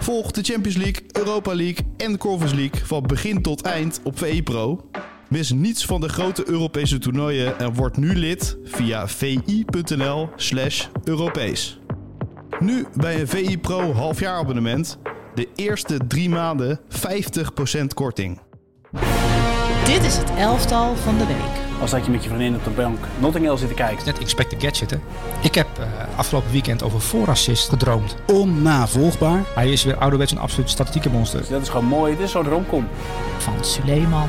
Volg de Champions League, Europa League en de Conference League van begin tot eind op VI Pro. Mis niets van de grote Europese toernooien en word nu lid via vi.nl/Europees. Nu bij een VI Pro halfjaarabonnement de eerste 3 maanden 50% korting. Dit is het elftal van de week. Als dat je met je vriendin op de bank Notting Hill zit te kijken. Net Inspect the Gadget, hè. Ik heb afgelopen weekend over voorassist gedroomd. Onnavolgbaar. Hij is weer ouderwets een absoluut statistieke monster. Dus dat is gewoon mooi. Dit is zo'n romcom. Van Suleiman.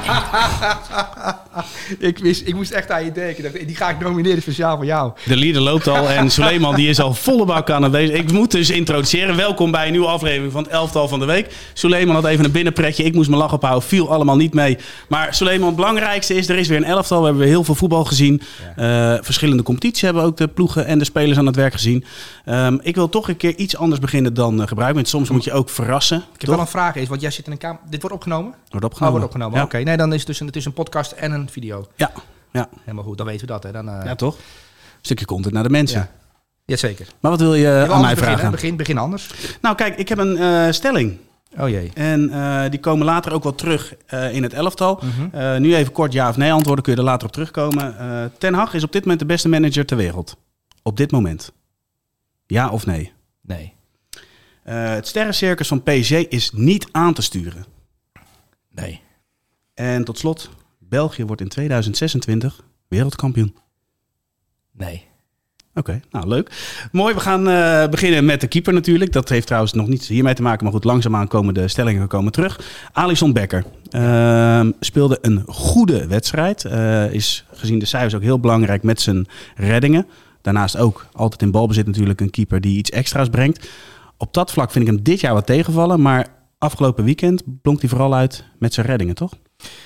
Ik moest echt aan je denken. Ik dacht, die ga ik nomineren speciaal voor jou. De leader loopt al en Suleiman die is al volle bak aan het bezig. Ik moet dus introduceren. Welkom bij een nieuwe aflevering van het elftal van de week. Suleiman had even een binnenpretje. Ik moest mijn lach ophouden. Viel allemaal niet mee. Maar Suleiman, het belangrijkste is, er is weer een elftal. We hebben weer heel veel voetbal gezien. Ja. Verschillende competities hebben ook de ploegen en de spelers aan het werk gezien. Ik wil toch een keer iets anders beginnen dan gebruik. Want soms moet je ook verrassen. Ik heb wel een vraag, want jij zit in een kamer. Dit wordt opgenomen? Wordt opgenomen. Wordt opgenomen. Ja. Oké. Nee, dan is het dus een podcast en een video. Ja. Helemaal goed, dan weten we dat. Hè. Dan, ja, toch? Een stukje content naar de mensen. Ja. Jazeker. Maar wat wil je aan mij vragen? Begin anders. Nou kijk, ik heb een stelling. Oh jee. En die komen later ook wel terug in het elftal. Mm-hmm. Nu even kort ja of nee antwoorden, kun je er later op terugkomen. Ten Hag is op dit moment de beste manager ter wereld. Op dit moment. Ja of nee? Nee. Het sterrencircus van PSG is niet aan te sturen. Nee. En tot slot, België wordt in 2026 wereldkampioen. Nee. Oké, nou leuk. Mooi, we gaan beginnen met de keeper natuurlijk. Dat heeft trouwens nog niets hiermee te maken, maar goed, langzaamaan komen de stellingen terug. Alisson Becker speelde een goede wedstrijd. Is gezien de cijfers ook heel belangrijk met zijn reddingen. Daarnaast ook altijd in balbezit natuurlijk een keeper die iets extra's brengt. Op dat vlak vind ik hem dit jaar wat tegenvallen, maar afgelopen weekend blonk hij vooral uit met zijn reddingen, toch?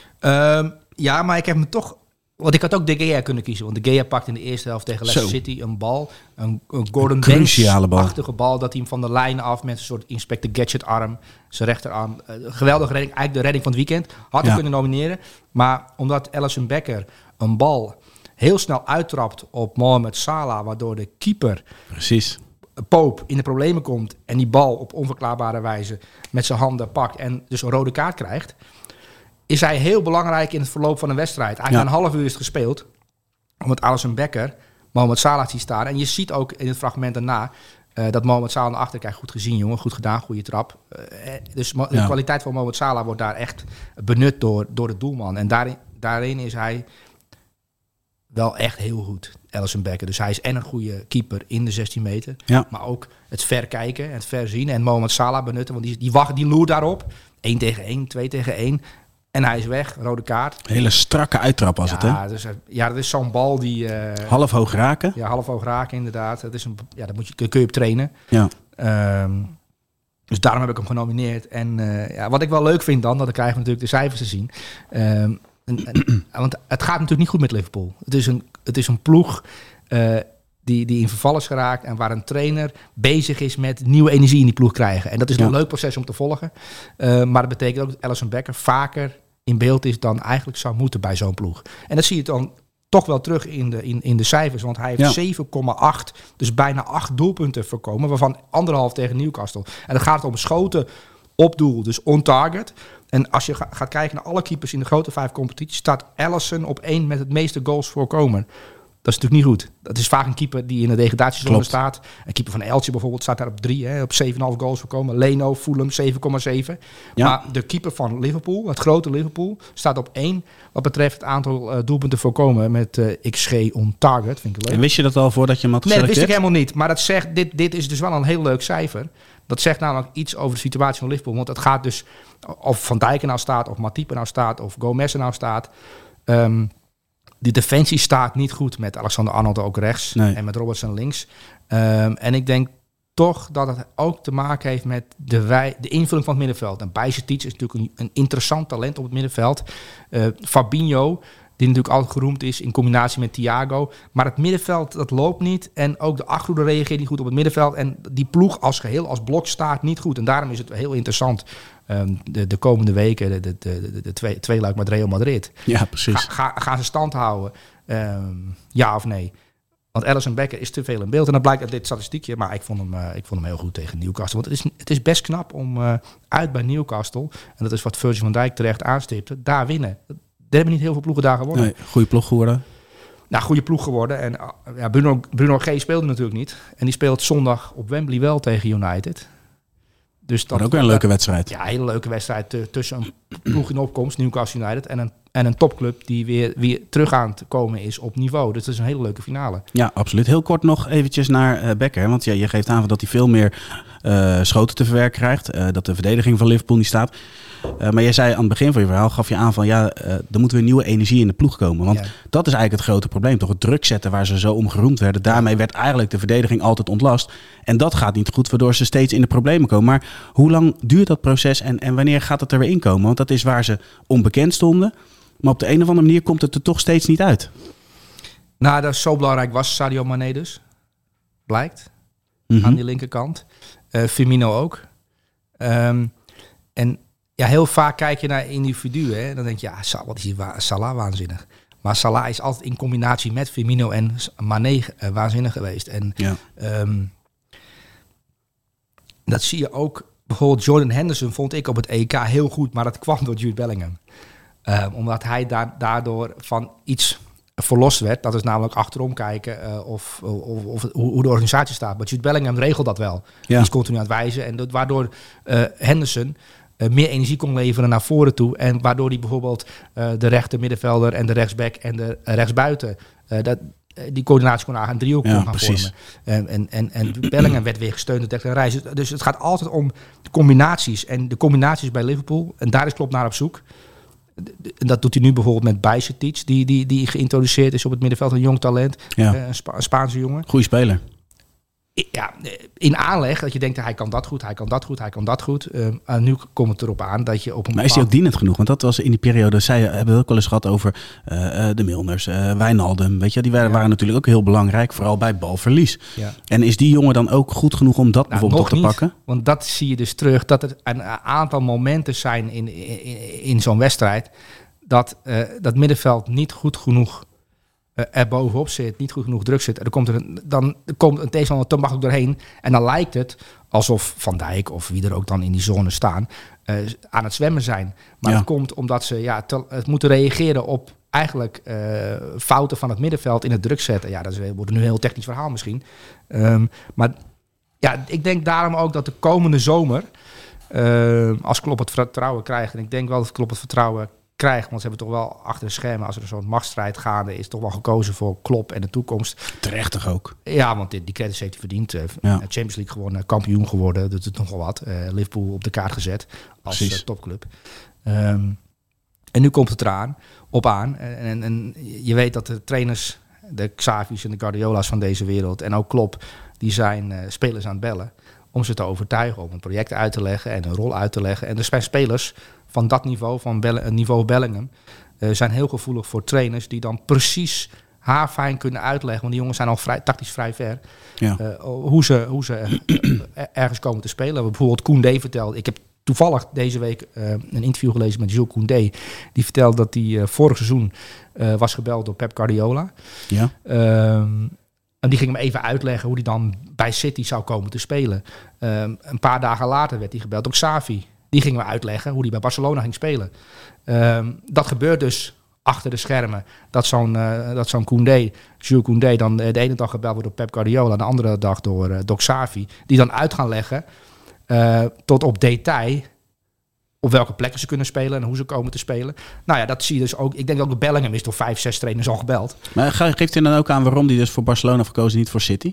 Ja, maar ik heb hem toch... Want ik had ook De Gea kunnen kiezen. Want De Gea pakt in de eerste helft tegen Leicester City een bal. Een Gordon Banks-achtige bal. Dat hij hem van de lijn af met een soort Inspect the Gadget arm. Zijn rechterarm. Geweldige redding. Eigenlijk de redding van het weekend. Had hij kunnen nomineren. Maar omdat Alisson Becker een bal heel snel uittrapt op Mohamed Salah. Waardoor de keeper... Precies. Pope in de problemen komt. En die bal op onverklaarbare wijze met zijn handen pakt. En dus een rode kaart krijgt. Is hij heel belangrijk in het verloop van een wedstrijd. Eigenlijk een half uur is het gespeeld. Omdat Alisson Becker Mohamed Salah ziet staan. En je ziet ook in het fragment daarna... dat Mohamed Salah naar achter kijkt. Goed gezien, jongen. Goed gedaan, goede trap. Dus de kwaliteit van Mohamed Salah wordt daar echt benut door de doelman. En daarin is hij wel echt heel goed, Alisson Becker. Dus hij is en een goede keeper in de 16 meter. Ja. Maar ook het ver kijken, het ver zien. En Mohamed Salah benutten. Want die loert daarop. 1 tegen 1, 2 tegen 1... En hij is weg, rode kaart. Hele strakke uittrap was het, hè? Dus, dat is zo'n bal die... half hoog raken. Ja, half hoog raken, inderdaad. Dat is daar kun je op trainen. Ja. Dus daarom heb ik hem genomineerd. En wat ik wel leuk vind dan krijgen we natuurlijk de cijfers te zien. Want het gaat natuurlijk niet goed met Liverpool. Het is een ploeg... Die in verval is geraakt en waar een trainer bezig is met nieuwe energie in die ploeg krijgen. En dat is een leuk proces om te volgen. Maar dat betekent ook dat Alisson Becker vaker in beeld is dan eigenlijk zou moeten bij zo'n ploeg. En dat zie je dan toch wel terug in de cijfers. Want hij heeft 7,8, dus bijna 8 doelpunten voorkomen, waarvan 1,5 tegen Newcastle. En dan gaat het om schoten op doel, dus on target. En als je gaat kijken naar alle keepers in de grote 5 competities, staat Alisson op 1 met het meeste goals voorkomen. Dat is natuurlijk niet goed. Dat is vaak een keeper die in de degradatiezone staat. Een keeper van Elche bijvoorbeeld staat daar op 3, hè, op 7,5 goals voorkomen. Leno, Fulham 7,7. Ja. Maar de keeper van Liverpool, het grote Liverpool, staat op 1 wat betreft het aantal doelpunten voorkomen met XG on target. Vind ik leuk. En wist je dat al voordat je hem had geselecteerd? Nee, dat wist ik helemaal niet. Maar dat zegt, dit is dus wel een heel leuk cijfer. Dat zegt namelijk iets over de situatie van Liverpool. Want het gaat dus of Van Dijk er nou staat, of Matip er nou staat, of Gomez er nou staat. De defensie staat niet goed met Alexander-Arnold ook rechts en met Robertson links. En ik denk toch dat het ook te maken heeft met de invulling van het middenveld. En Bajcetic is natuurlijk een interessant talent op het middenveld. Fabinho, die natuurlijk altijd geroemd is in combinatie met Thiago. Maar het middenveld, dat loopt niet. En ook de achterhoede reageert niet goed op het middenveld. En die ploeg als geheel, als blok staat niet goed. En daarom is het heel interessant de komende weken, de tweeluik met Real Madrid. Ja, precies. Gaan ze stand houden? Ja of nee? Want Alisson Becker is te veel in beeld. En dat blijkt uit dit statistiekje. Maar ik vond hem heel goed tegen Newcastle. Want het is best knap om uit bij Newcastle. En dat is wat Virgil van Dijk terecht aanstipte. Daar winnen. Er hebben niet heel veel ploegen daar gewonnen. Nee, goede ploeg geworden. Nou, goede ploeg geworden. En Bruno G speelde natuurlijk niet. En die speelt zondag op Wembley wel tegen United. Dus dat ook weer een leuke wedstrijd. Ja, een hele leuke wedstrijd tussen een ploeg in opkomst, Newcastle United, en een topclub die weer terug aan te komen is op niveau. Dus dat is een hele leuke finale. Ja, absoluut. Heel kort nog eventjes naar Becker. Want je geeft aan dat hij veel meer schoten te verwerken krijgt. Dat de verdediging van Liverpool niet staat. Maar jij zei aan het begin van je verhaal, gaf je aan van er moet weer nieuwe energie in de ploeg komen. Want dat is eigenlijk het grote probleem. Toch het druk zetten waar ze zo om geroemd werden. Daarmee werd eigenlijk de verdediging altijd ontlast. En dat gaat niet goed, waardoor ze steeds in de problemen komen. Maar hoe lang duurt dat proces en wanneer gaat het er weer in komen? Want dat is waar ze onbekend stonden. Maar op de een of andere manier komt het er toch steeds niet uit. Nou, dat is zo belangrijk was Sadio Mané dus. Blijkt. Aan die linkerkant. Firmino ook. En ja, heel vaak kijk je naar individuen. Hè? Dan denk je, wat is Salah waanzinnig. Maar Salah is altijd in combinatie met Firmino en Mané waanzinnig geweest. En dat zie je ook. Bijvoorbeeld Jordan Henderson vond ik op het EK heel goed. Maar dat kwam door Jude Bellingham. Omdat hij daardoor van iets verlost werd. Dat is namelijk achterom kijken of hoe de organisatie staat. Maar Jude Bellingham regelt dat wel. Ja. Die is continu aan het wijzen. En waardoor Henderson meer energie kon leveren naar voren toe. En waardoor hij bijvoorbeeld de rechter middenvelder en de rechtsback en de rechtsbuiten... die coördinatie kon aan een driehoek kon gaan vormen. En Bellingham werd weer gesteund door Declan Rice. Dus het gaat altijd om de combinaties. En de combinaties bij Liverpool. En daar is Klopp naar op zoek. En dat doet hij nu bijvoorbeeld met Bajcetic, die geïntroduceerd is op het middenveld. Een jong talent, een Spaanse jongen. Goeie speler. Ja, in aanleg, dat je denkt, hij kan dat goed, hij kan dat goed. En nu komt het erop aan dat je op een Maar is hij ook dienend genoeg? Want dat was in die periode, hebben we ook wel eens gehad over de Milners, Wijnaldum. Weet je, die waren natuurlijk ook heel belangrijk, vooral bij balverlies. Ja. En is die jongen dan ook goed genoeg om dat bijvoorbeeld op te pakken? Want dat zie je dus terug, dat er een aantal momenten zijn in zo'n wedstrijd, dat middenveld niet goed genoeg er bovenop zit, niet goed genoeg druk zit. Dan komt een tegenstander te makkelijk doorheen. En dan lijkt het alsof Van Dijk of wie er ook dan in die zone staan aan het zwemmen zijn. Maar dat komt omdat ze het moeten reageren op eigenlijk fouten van het middenveld in het druk zetten. Ja, dat wordt nu een heel technisch verhaal misschien. Maar ja, ik denk daarom ook dat de komende zomer, als Klopp het vertrouwen krijgt, en ik denk wel dat Klopp het vertrouwen krijgt, want ze hebben toch wel achter de schermen, als er zo'n machtsstrijd gaande is, toch wel gekozen voor Klopp en de toekomst. Terecht toch ook? Ja, want die credits heeft hij verdiend. Champions League gewonnen, kampioen geworden, dat is nogal wat. Liverpool op de kaart gezet als topclub. En nu komt het op aan. En je weet dat de trainers, de Xavi's en de Guardiola's van deze wereld, en ook Klopp, die zijn spelers aan het bellen om ze te overtuigen, om een project uit te leggen en een rol uit te leggen. En er zijn spelers van dat niveau, van niveau Bellingham, zijn heel gevoelig voor trainers die dan precies haarfijn kunnen uitleggen, want die jongens zijn al tactisch vrij ver, hoe ze ergens komen te spelen. Bijvoorbeeld Koundé vertelde, ik heb toevallig deze week een interview gelezen met Jules Koundé, die vertelde dat hij vorig seizoen was gebeld door Pep Guardiola. Ja. En die ging hem even uitleggen hoe hij dan bij City zou komen te spelen. Een paar dagen later werd hij gebeld door Xavi. Die ging me uitleggen hoe hij bij Barcelona ging spelen. Dat gebeurt dus achter de schermen. Dat zo'n Koundé, Jules Koundé, dan de ene dag gebeld wordt door Pep Guardiola, de andere dag door Xavi. Die dan uit gaan leggen tot op detail op welke plekken ze kunnen spelen en hoe ze komen te spelen. Nou ja, dat zie je dus ook. Ik denk ook dat Bellingham is door 5-6 trainers al gebeld. Maar geeft hij dan ook aan waarom hij dus voor Barcelona verkozen, niet voor City?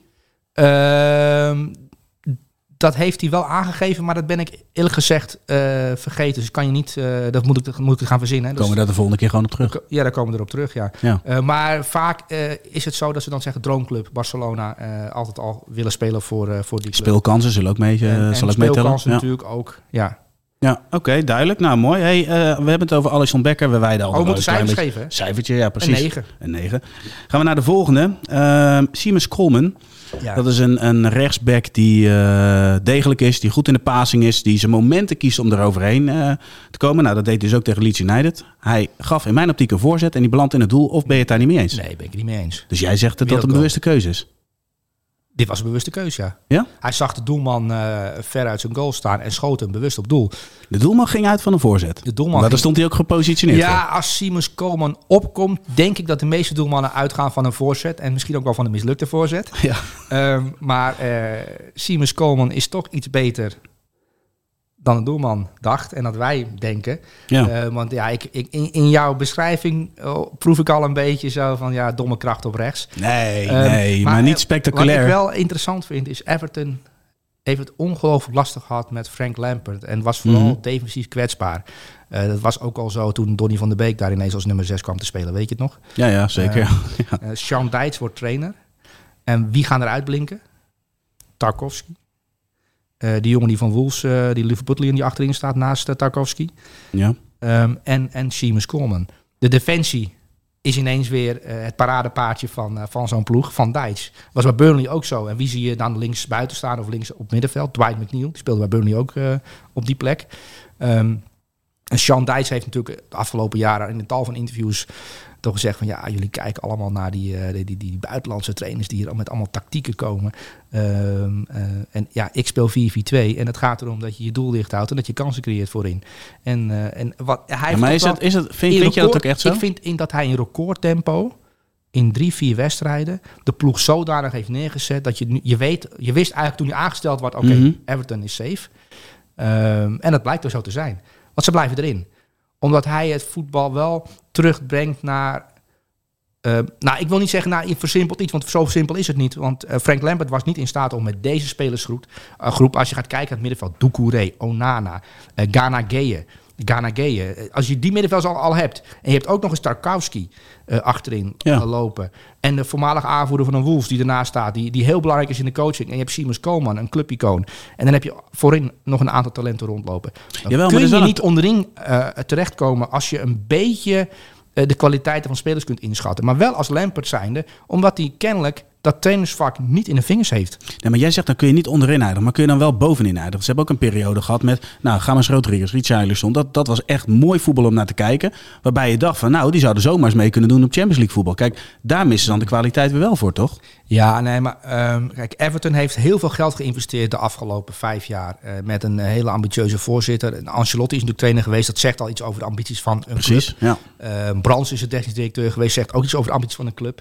Dat heeft hij wel aangegeven, maar dat ben ik eerlijk gezegd vergeten. Dus kan je niet, dat moet ik gaan verzinnen. Komen we daar de volgende keer gewoon op terug? Ja, daar komen we erop terug, ja. Maar vaak is het zo dat ze dan zeggen droomclub Barcelona altijd al willen spelen voor die club. Speelkansen zullen ook mee. En speelkansen natuurlijk ook, ja. Ja, oké, duidelijk. Nou, mooi. Hey, we hebben het over Alisson Becker. We wijden al. we moeten cijfers geven. Hè? Cijfertje, ja, precies. Een 9. Gaan we naar de volgende. Seamus Coleman. Ja. Dat is een rechtsback die degelijk is, die goed in de passing is, die zijn momenten kiest om eroverheen te komen. Nou, dat deed hij dus ook tegen Leeds United. Hij gaf in mijn optiek een voorzet en die belandt in het doel. Of ben je het daar niet mee eens? Nee, ben ik het niet mee eens. Dus jij zegt dat dat een bewuste keuze is? Dit was een bewuste keuze, ja. Ja? Hij zag de doelman ver uit zijn goal staan en schoot hem bewust op doel. De doelman ging uit van een voorzet. De doelman daar stond hij ook gepositioneerd Ja, voor. als Seamus Coleman opkomt, denk ik dat de meeste doelmannen uitgaan van een voorzet. En misschien ook wel van een mislukte voorzet. Ja. Maar Seamus Coleman is toch iets beter dan de doelman dacht en dat wij denken. Ja. Want ja, in jouw beschrijving proef ik al een beetje zo van ja, domme kracht op rechts. Nee, maar niet spectaculair. Wat ik wel interessant vind is Everton heeft het ongelooflijk lastig gehad met Frank Lampard en was vooral defensief kwetsbaar. Dat was ook al zo toen Donny van de Beek daar ineens als nummer 6 kwam te spelen, weet je het nog? Ja, zeker. Sean Dyche wordt trainer. En wie gaan eruit blinken? Tarkowski. Die jongen die van Wolves, die Liverpool die achterin staat naast Tarkowski. Ja. En Seamus Coleman. De defensie is ineens weer het paradepaardje van zo'n ploeg, van Dyche. Was bij Burnley ook zo. En wie zie je dan links buiten staan of links op middenveld? Dwight McNeil, die speelde bij Burnley ook op die plek. En Sean Dyche heeft natuurlijk de afgelopen jaren in een tal van interviews toch gezegd van ja, jullie kijken allemaal naar die buitenlandse trainers die hier met allemaal tactieken komen. En ja, ik speel 4-4-2 en het gaat erom dat je je doel dicht houdt en dat je kansen creëert voorin. En wat hij ja, maar vind je dat ook echt zo? Ik vind dat hij in recordtempo in 3-4 wedstrijden de ploeg zodanig heeft neergezet dat je wist eigenlijk toen hij aangesteld wordt, oké, Everton is safe. En dat blijkt dus zo te zijn. Want ze blijven erin. Omdat hij het voetbal wel terugbrengt naar... ik wil niet zeggen naar een versimpeld iets, want zo simpel is het niet. Want Frank Lampard was niet in staat om met deze spelersgroep... als je gaat kijken naar het middenveld, Doucouré, Onana, Gana Gueye. Als je die middenveld al hebt... en je hebt ook nog eens Tarkowski achterin lopen... en de voormalige aanvoerder van een Wolves die ernaast staat... die heel belangrijk is in de coaching... en je hebt Seamus Coleman, een clubicoon... en dan heb je voorin nog een aantal talenten rondlopen. Dan kun je niet onderin terechtkomen... als je een beetje de kwaliteiten van spelers kunt inschatten. Maar wel als Lampard zijnde... omdat hij kennelijk dat trainersvak niet in de vingers heeft. Nee, maar jij zegt dan kun je niet onderin eindigen, maar kun je dan wel bovenin eindigen. Ze hebben ook een periode gehad met, James Rodriguez, Richarlison. Dat was echt mooi voetbal om naar te kijken. Waarbij je dacht van, die zouden zomaar eens mee kunnen doen op Champions League voetbal. Kijk, daar missen ze dan de kwaliteit weer wel voor, toch? Ja, nee, maar kijk, Everton heeft heel veel geld geïnvesteerd de afgelopen 5 jaar. Met een hele ambitieuze voorzitter. En Ancelotti is natuurlijk trainer geweest. Dat zegt al iets over de ambities van een club. Ja. Brands is de technisch directeur geweest. Zegt ook iets over de ambities van een club.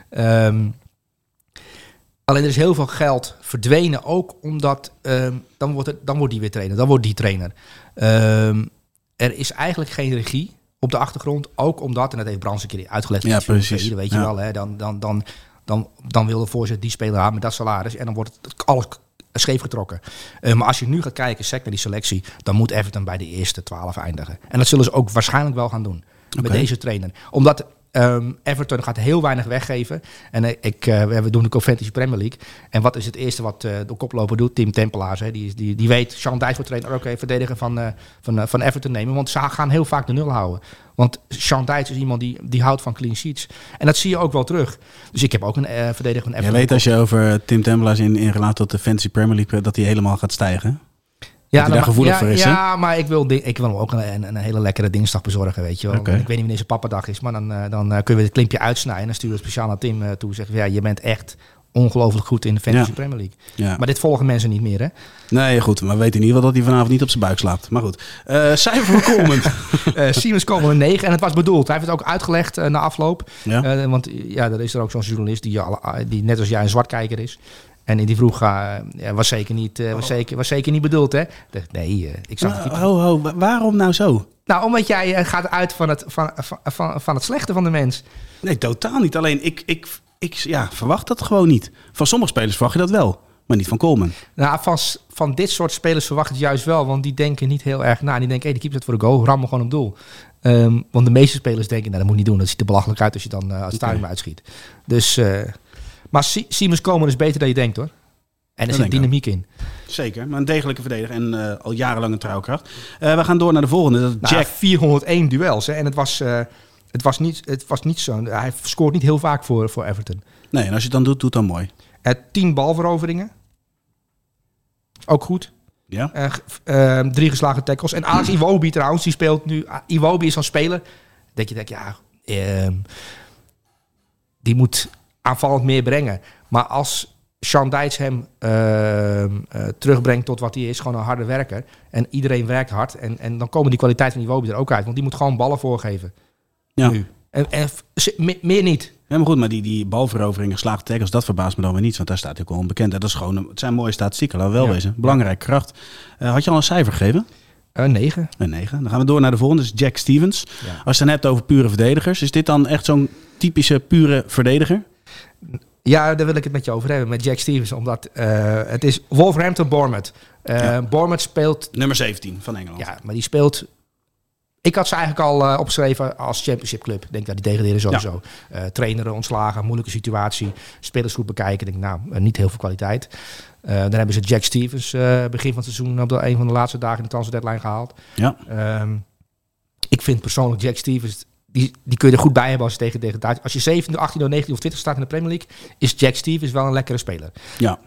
Alleen er is heel veel geld verdwenen, ook omdat dan wordt die weer trainer, dan wordt die trainer. Er is eigenlijk geen regie op de achtergrond, ook omdat, en dat heeft Brands een keer uitgelegd, ja, precies. Weet je wel, hè, dan wil de voorzitter die speler aan met dat salaris en dan wordt het alles scheef getrokken. Maar als je nu gaat kijken, sec naar die selectie, dan moet Everton bij de eerste 12 eindigen. En dat zullen ze ook waarschijnlijk wel gaan doen met deze trainer, omdat Everton gaat heel weinig weggeven. En we doen de Fantasy Premier League. En wat is het eerste wat de koploper doet? Tim Tempelaars. Hè? Die weet, Sean Dyche wordt trainer, oké, verdediger van Everton nemen. Want ze gaan heel vaak de nul houden. Want Sean Dyche is iemand die houdt van clean sheets. En dat zie je ook wel terug. Dus ik heb ook een verdediger van Everton. Je weet als je over Tim Tempelaars in relatie tot de Fantasy Premier League... dat hij helemaal gaat stijgen. Ja, daar gevoelig voor is, ja, maar ik wil hem ook een hele lekkere dinsdag bezorgen, weet je wel. Okay. Ik weet niet wanneer zijn pappadag is, maar dan kunnen we het klimpje uitsnijden. En dan sturen we speciaal naar Tim toe. Zeggen we, je bent echt ongelooflijk goed in de Fantasy Premier League. Ja. Maar dit volgen mensen niet meer, hè? Nee, goed. Maar we weten in ieder geval dat hij vanavond niet op zijn buik slaapt. Maar goed. Cijfer van Coleman. Seamus Coleman een 9. En het was bedoeld. Hij heeft het ook uitgelegd na afloop. Ja. Want er is er ook zo'n journalist die net als jij een zwartkijker is. En die vroeg, was zeker niet bedoeld, hè? Nee, ik zag het niet. Waarom nou zo? Nou, omdat jij gaat uit van het slechte van de mens. Nee, totaal niet. Alleen, ik verwacht dat gewoon niet. Van sommige spelers verwacht je dat wel, maar niet van Coleman. Nou, van dit soort spelers verwacht het juist wel, want die denken niet heel erg na. Die denken, de keeper zet voor de goal, ram me gewoon op doel. Want de meeste spelers denken, dat moet niet doen. Dat ziet er belachelijk uit als je dan het stadion uitschiet. Dus... Maar Seamus Coleman is beter dan je denkt, hoor. En er zit dynamiek in. Zeker, maar een degelijke verdediger en al jarenlang een trouwkracht. We gaan door naar de volgende. Dat is Jack. 401 duels. Hè? En het was niet zo. Hij scoort niet heel vaak voor Everton. Nee, en als je het dan doet, doet dan mooi. 10 balveroveringen. Ook goed. Ja. 3 geslagen tackles. En Alex Iwobi trouwens, die speelt nu... Iwobi is zo'n speler. Dat je denkt, die moet aanvallend meer brengen. Maar als Sean Dyche hem terugbrengt tot wat hij is, gewoon een harde werker. En iedereen werkt hard. En dan komen die kwaliteiten van Iwobi er ook uit. Want die moet gewoon ballen voorgeven. Ja. Nu. En meer niet. Ja, maar goed, maar die balveroveringen, geslaagde tackles, dat verbaast me dan weer niet. Want daar staat hij ook wel onbekend. Dat is gewoon, het zijn mooie statistieken, laten we wel wezen. Belangrijke kracht. Had je al een cijfer gegeven? 9. Een 9. Dan gaan we door naar de volgende, dat is Jack Stevens. Ja. Als je het dan hebt over pure verdedigers, is dit dan echt zo'n typische pure verdediger? Ja, daar wil ik het met je over hebben, met Jack Stevens. Omdat het is Wolverhampton Bournemouth. Bournemouth speelt... Nummer 17 van Engeland. Ja, maar die speelt... Ik had ze eigenlijk al opgeschreven als championship club. Ik denk dat die degraderen sowieso. Traineren ontslagen, moeilijke situatie. Spelersgroep bekijken. Ik denk, niet heel veel kwaliteit. Dan hebben ze Jack Stevens begin van het seizoen op een van de laatste dagen in de transfer deadline gehaald. Ja. Ik vind persoonlijk Jack Stevens... Die kun je er goed bij hebben als je tegen degradatie... Als je 17, 18, 19 of 20 staat in de Premier League... is Jack Stevens wel een lekkere speler. Ja.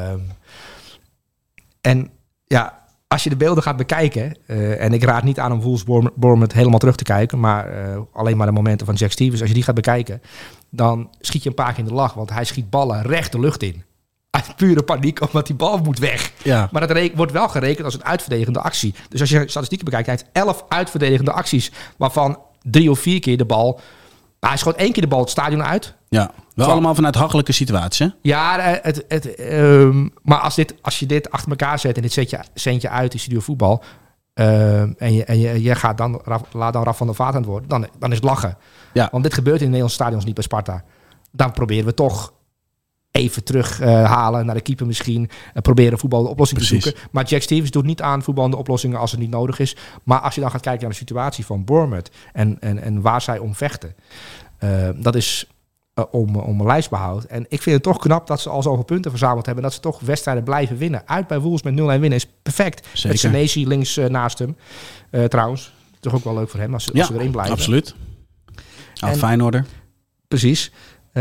En ja... Als je de beelden gaat bekijken, en ik raad niet aan om Wolves Bournemouth helemaal terug te kijken, maar alleen maar de momenten van Jack Stevens, als je die gaat bekijken, dan schiet je een paar keer in de lach, want hij schiet ballen recht de lucht in. Uit pure paniek, omdat die bal moet weg. Ja. Maar dat wordt wel gerekend als een uitverdedigende actie. Dus als je statistieken bekijkt, hij heeft 11 uitverdedigende acties, waarvan 3 of 4 keer de bal... Hij schoot 1 keer de bal het stadion uit. Ja, wel allemaal vanuit hachelijke situaties, hè? Ja, maar als je dit achter elkaar zet en dit zend je uit in studio voetbal... en je gaat laat dan Raf van der Vaart aan het woord, dan is het lachen. Ja. Want dit gebeurt in de Nederlandse stadions niet bij Sparta. Dan proberen we toch even terughalen naar de keeper misschien. Proberen voetbal de oplossing te zoeken. Maar Jack Stevens doet niet aan voetballende oplossingen als het niet nodig is. Maar als je dan gaat kijken naar de situatie van Bournemouth en waar zij om vechten. Dat is om een lijstbehoud. En ik vind het toch knap dat ze al zoveel punten verzameld hebben. Dat ze toch wedstrijden blijven winnen. Uit bij Wolves met 0-1 winnen is perfect. Zeker. Met Senesi links naast hem. Trouwens, toch ook wel leuk voor hem als ze erin blijven. Absoluut. Feyenoorder. Precies.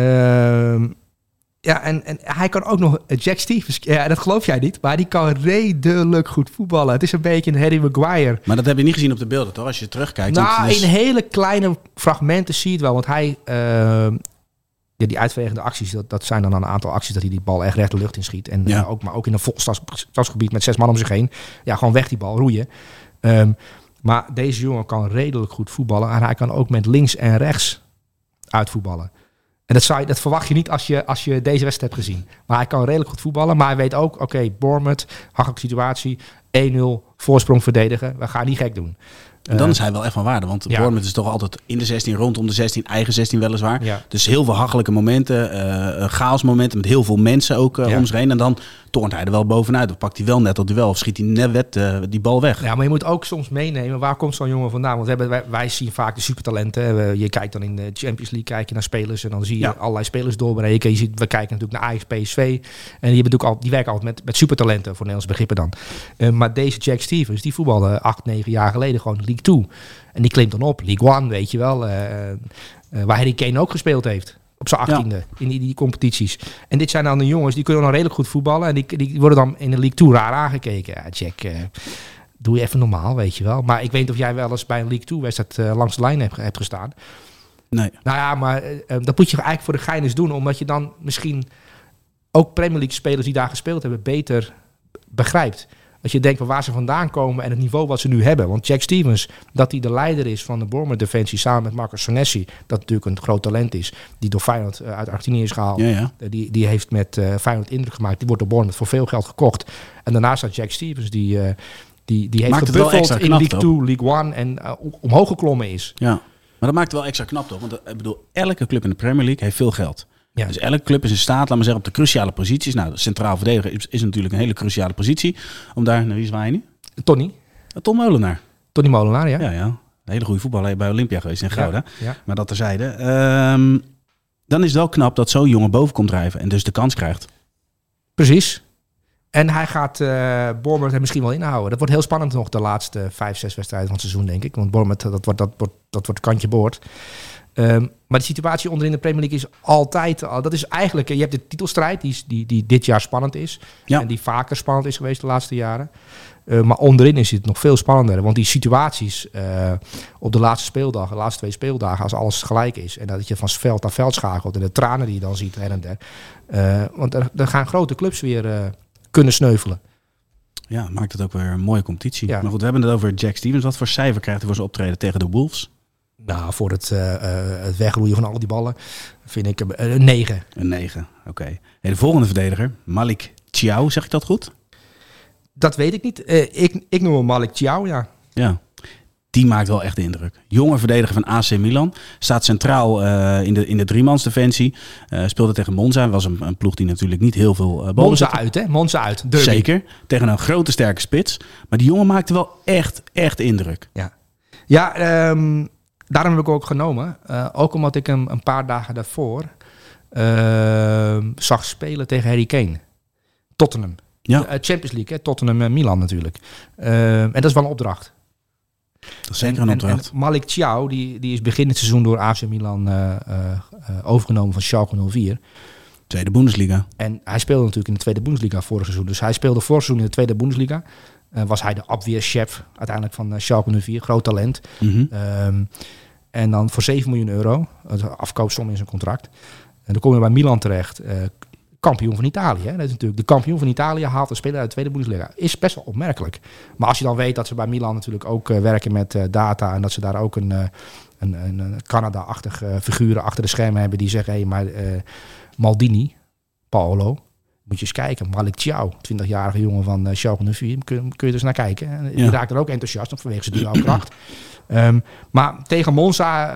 Ja, en hij kan ook nog... Jack Stevens, ja, dat geloof jij niet, maar die kan redelijk goed voetballen. Het is een beetje een Harry Maguire. Maar dat heb je niet gezien op de beelden, toch? Als je terugkijkt. Nou, in hele kleine fragmenten zie je het wel. Want hij... die uitverdedigende acties, dat zijn dan een aantal acties dat hij die bal echt recht de lucht in schiet. En maar ook in een vol stadsgebied met 6 man om zich heen. Ja, gewoon weg die bal, roeien. Maar deze jongen kan redelijk goed voetballen. En hij kan ook met links en rechts uitvoetballen. En dat verwacht je niet als je deze wedstrijd hebt gezien. Maar hij kan redelijk goed voetballen. Maar hij weet ook, oké, Bournemouth, hachelijke situatie, 1-0, voorsprong verdedigen. We gaan niet gek doen. En dan is hij wel echt van waarde. Want Bournemouth is toch altijd in de 16, rondom de 16, eigen 16 weliswaar. Ja. Dus heel veel hachelijke momenten, chaosmomenten met heel veel mensen ook om zich heen. En dan toont hij er wel bovenuit. Of pakt hij wel net dat duel of schiet hij net die bal weg. Ja, maar je moet ook soms meenemen, waar komt zo'n jongen vandaan? Want wij zien vaak de supertalenten. Je kijkt dan in de Champions League, kijk je naar spelers en dan zie je allerlei spelers doorbreken. We kijken natuurlijk naar Ajax, PSV. En die werken altijd met supertalenten, voor Nederlands begrippen dan. Maar deze Jack Stevens, die voetbalde 8-9 jaar geleden gewoon League 2. En die klimt dan op, League 1, weet je wel. Waar Harry Kane ook gespeeld heeft. Op zijn 18e, in die competities. En dit zijn dan de jongens, die kunnen dan redelijk goed voetballen. En die worden dan in de League 2 raar aangekeken. Ja, Jack, doe je even normaal, weet je wel. Maar ik weet niet of jij wel eens bij een League 2 wedstrijd langs de lijn hebt gestaan. Nee. Nou ja, maar dat moet je eigenlijk voor de gein eens doen. Omdat je dan misschien ook Premier League spelers die daar gespeeld hebben beter begrijpt. Dat je denkt van waar ze vandaan komen en het niveau wat ze nu hebben. Want Jack Stevens, dat hij de leider is van de Bournemouth defensie samen met Marcus Senesi, dat natuurlijk een groot talent is, die door Feyenoord uit Argentinië is gehaald. Ja. Die heeft met Feyenoord indruk gemaakt. Die wordt door Bournemouth voor veel geld gekocht. En daarnaast staat Jack Stevens, die heeft gebuffeld in League 2, League 1 en omhoog geklommen is. Ja, maar dat maakt het wel extra knap toch? Want ik bedoel, elke club in de Premier League heeft veel geld. Ja. Dus elke club is in staat, laat maar zeggen, op de cruciale posities. Nou, de centraal verdediger is natuurlijk een hele cruciale positie. Om daar, wie is hij nu? Ton Molenaar. Tony Molenaar, ja. Ja. Een hele goede voetballer bij Olympia geweest in Gouda. Ja. Maar dat terzijde. Dan is het wel knap dat zo'n jongen boven komt drijven en dus de kans krijgt. Precies. En hij gaat Bournemouth er misschien wel inhouden. Dat wordt heel spannend nog de laatste 5-6 wedstrijden van het seizoen, denk ik. Want Bournemouth, dat wordt kantje boord. Maar de situatie onderin de Premier League is altijd... Dat is eigenlijk... Je hebt de titelstrijd die dit jaar spannend is. Ja. En die vaker spannend is geweest de laatste jaren. Maar onderin is het nog veel spannender. Want die situaties op de laatste 2 speeldagen... als alles gelijk is... en dat je van veld naar veld schakelt... en de tranen die je dan ziet her en der... want er gaan grote clubs weer kunnen sneuvelen. Ja, maakt het ook weer een mooie competitie. Ja. Maar goed, we hebben het over Jack Stevens. Wat voor cijfer krijgt hij voor zijn optreden tegen de Wolves? Nou, voor het wegroeien van al die ballen vind ik een 9. Een 9, oké. Hey, de volgende verdediger, Malik Thiaw, zeg ik dat goed? Dat weet ik niet. Ik noem hem Malik Thiaw, ja. Ja, die maakt wel echt indruk. Jonge verdediger van AC Milan. Staat centraal in de driemansdefensie. Speelde tegen Monza. Was een ploeg die natuurlijk niet heel veel ballen Monza zette. uit, hè? Monza uit. Derby. Zeker. Tegen een grote sterke spits. Maar die jongen maakte wel echt indruk. Ja, daarom heb ik ook genomen. Ook omdat ik hem een paar dagen daarvoor zag spelen tegen Harry Kane. Tottenham. Ja. Champions League, hè? Tottenham en Milan natuurlijk. En dat is wel een opdracht. Dat is zeker een opdracht. En Malik Thiaw, die is begin het seizoen door AC Milan overgenomen van Schalke 04. Tweede Bundesliga. En hij speelde natuurlijk in de tweede Bundesliga vorig seizoen. Dus hij speelde vorig seizoen in de tweede Bundesliga. Was hij de abweerchef uiteindelijk van Schalke 04. Groot talent. Mhm. En dan voor 7 miljoen euro. Afkoopsom in zijn contract. En dan kom je bij Milan terecht. Kampioen van Italië. Hè? Dat is natuurlijk de kampioen van Italië haalt een speler uit de tweede Bundesliga. Is best wel opmerkelijk. Maar als je dan weet dat ze bij Milan natuurlijk ook werken met data. En dat ze daar ook een Canada-achtige figuren achter de schermen hebben. Die zeggen, hé, maar Maldini, Paolo... Moet je eens kijken, Malik Thiaw, 20-jarige jongen van Schalke 04, kun je dus naar kijken. Die raakt er ook enthousiast vanwege zijn duo-kracht. Maar tegen Monza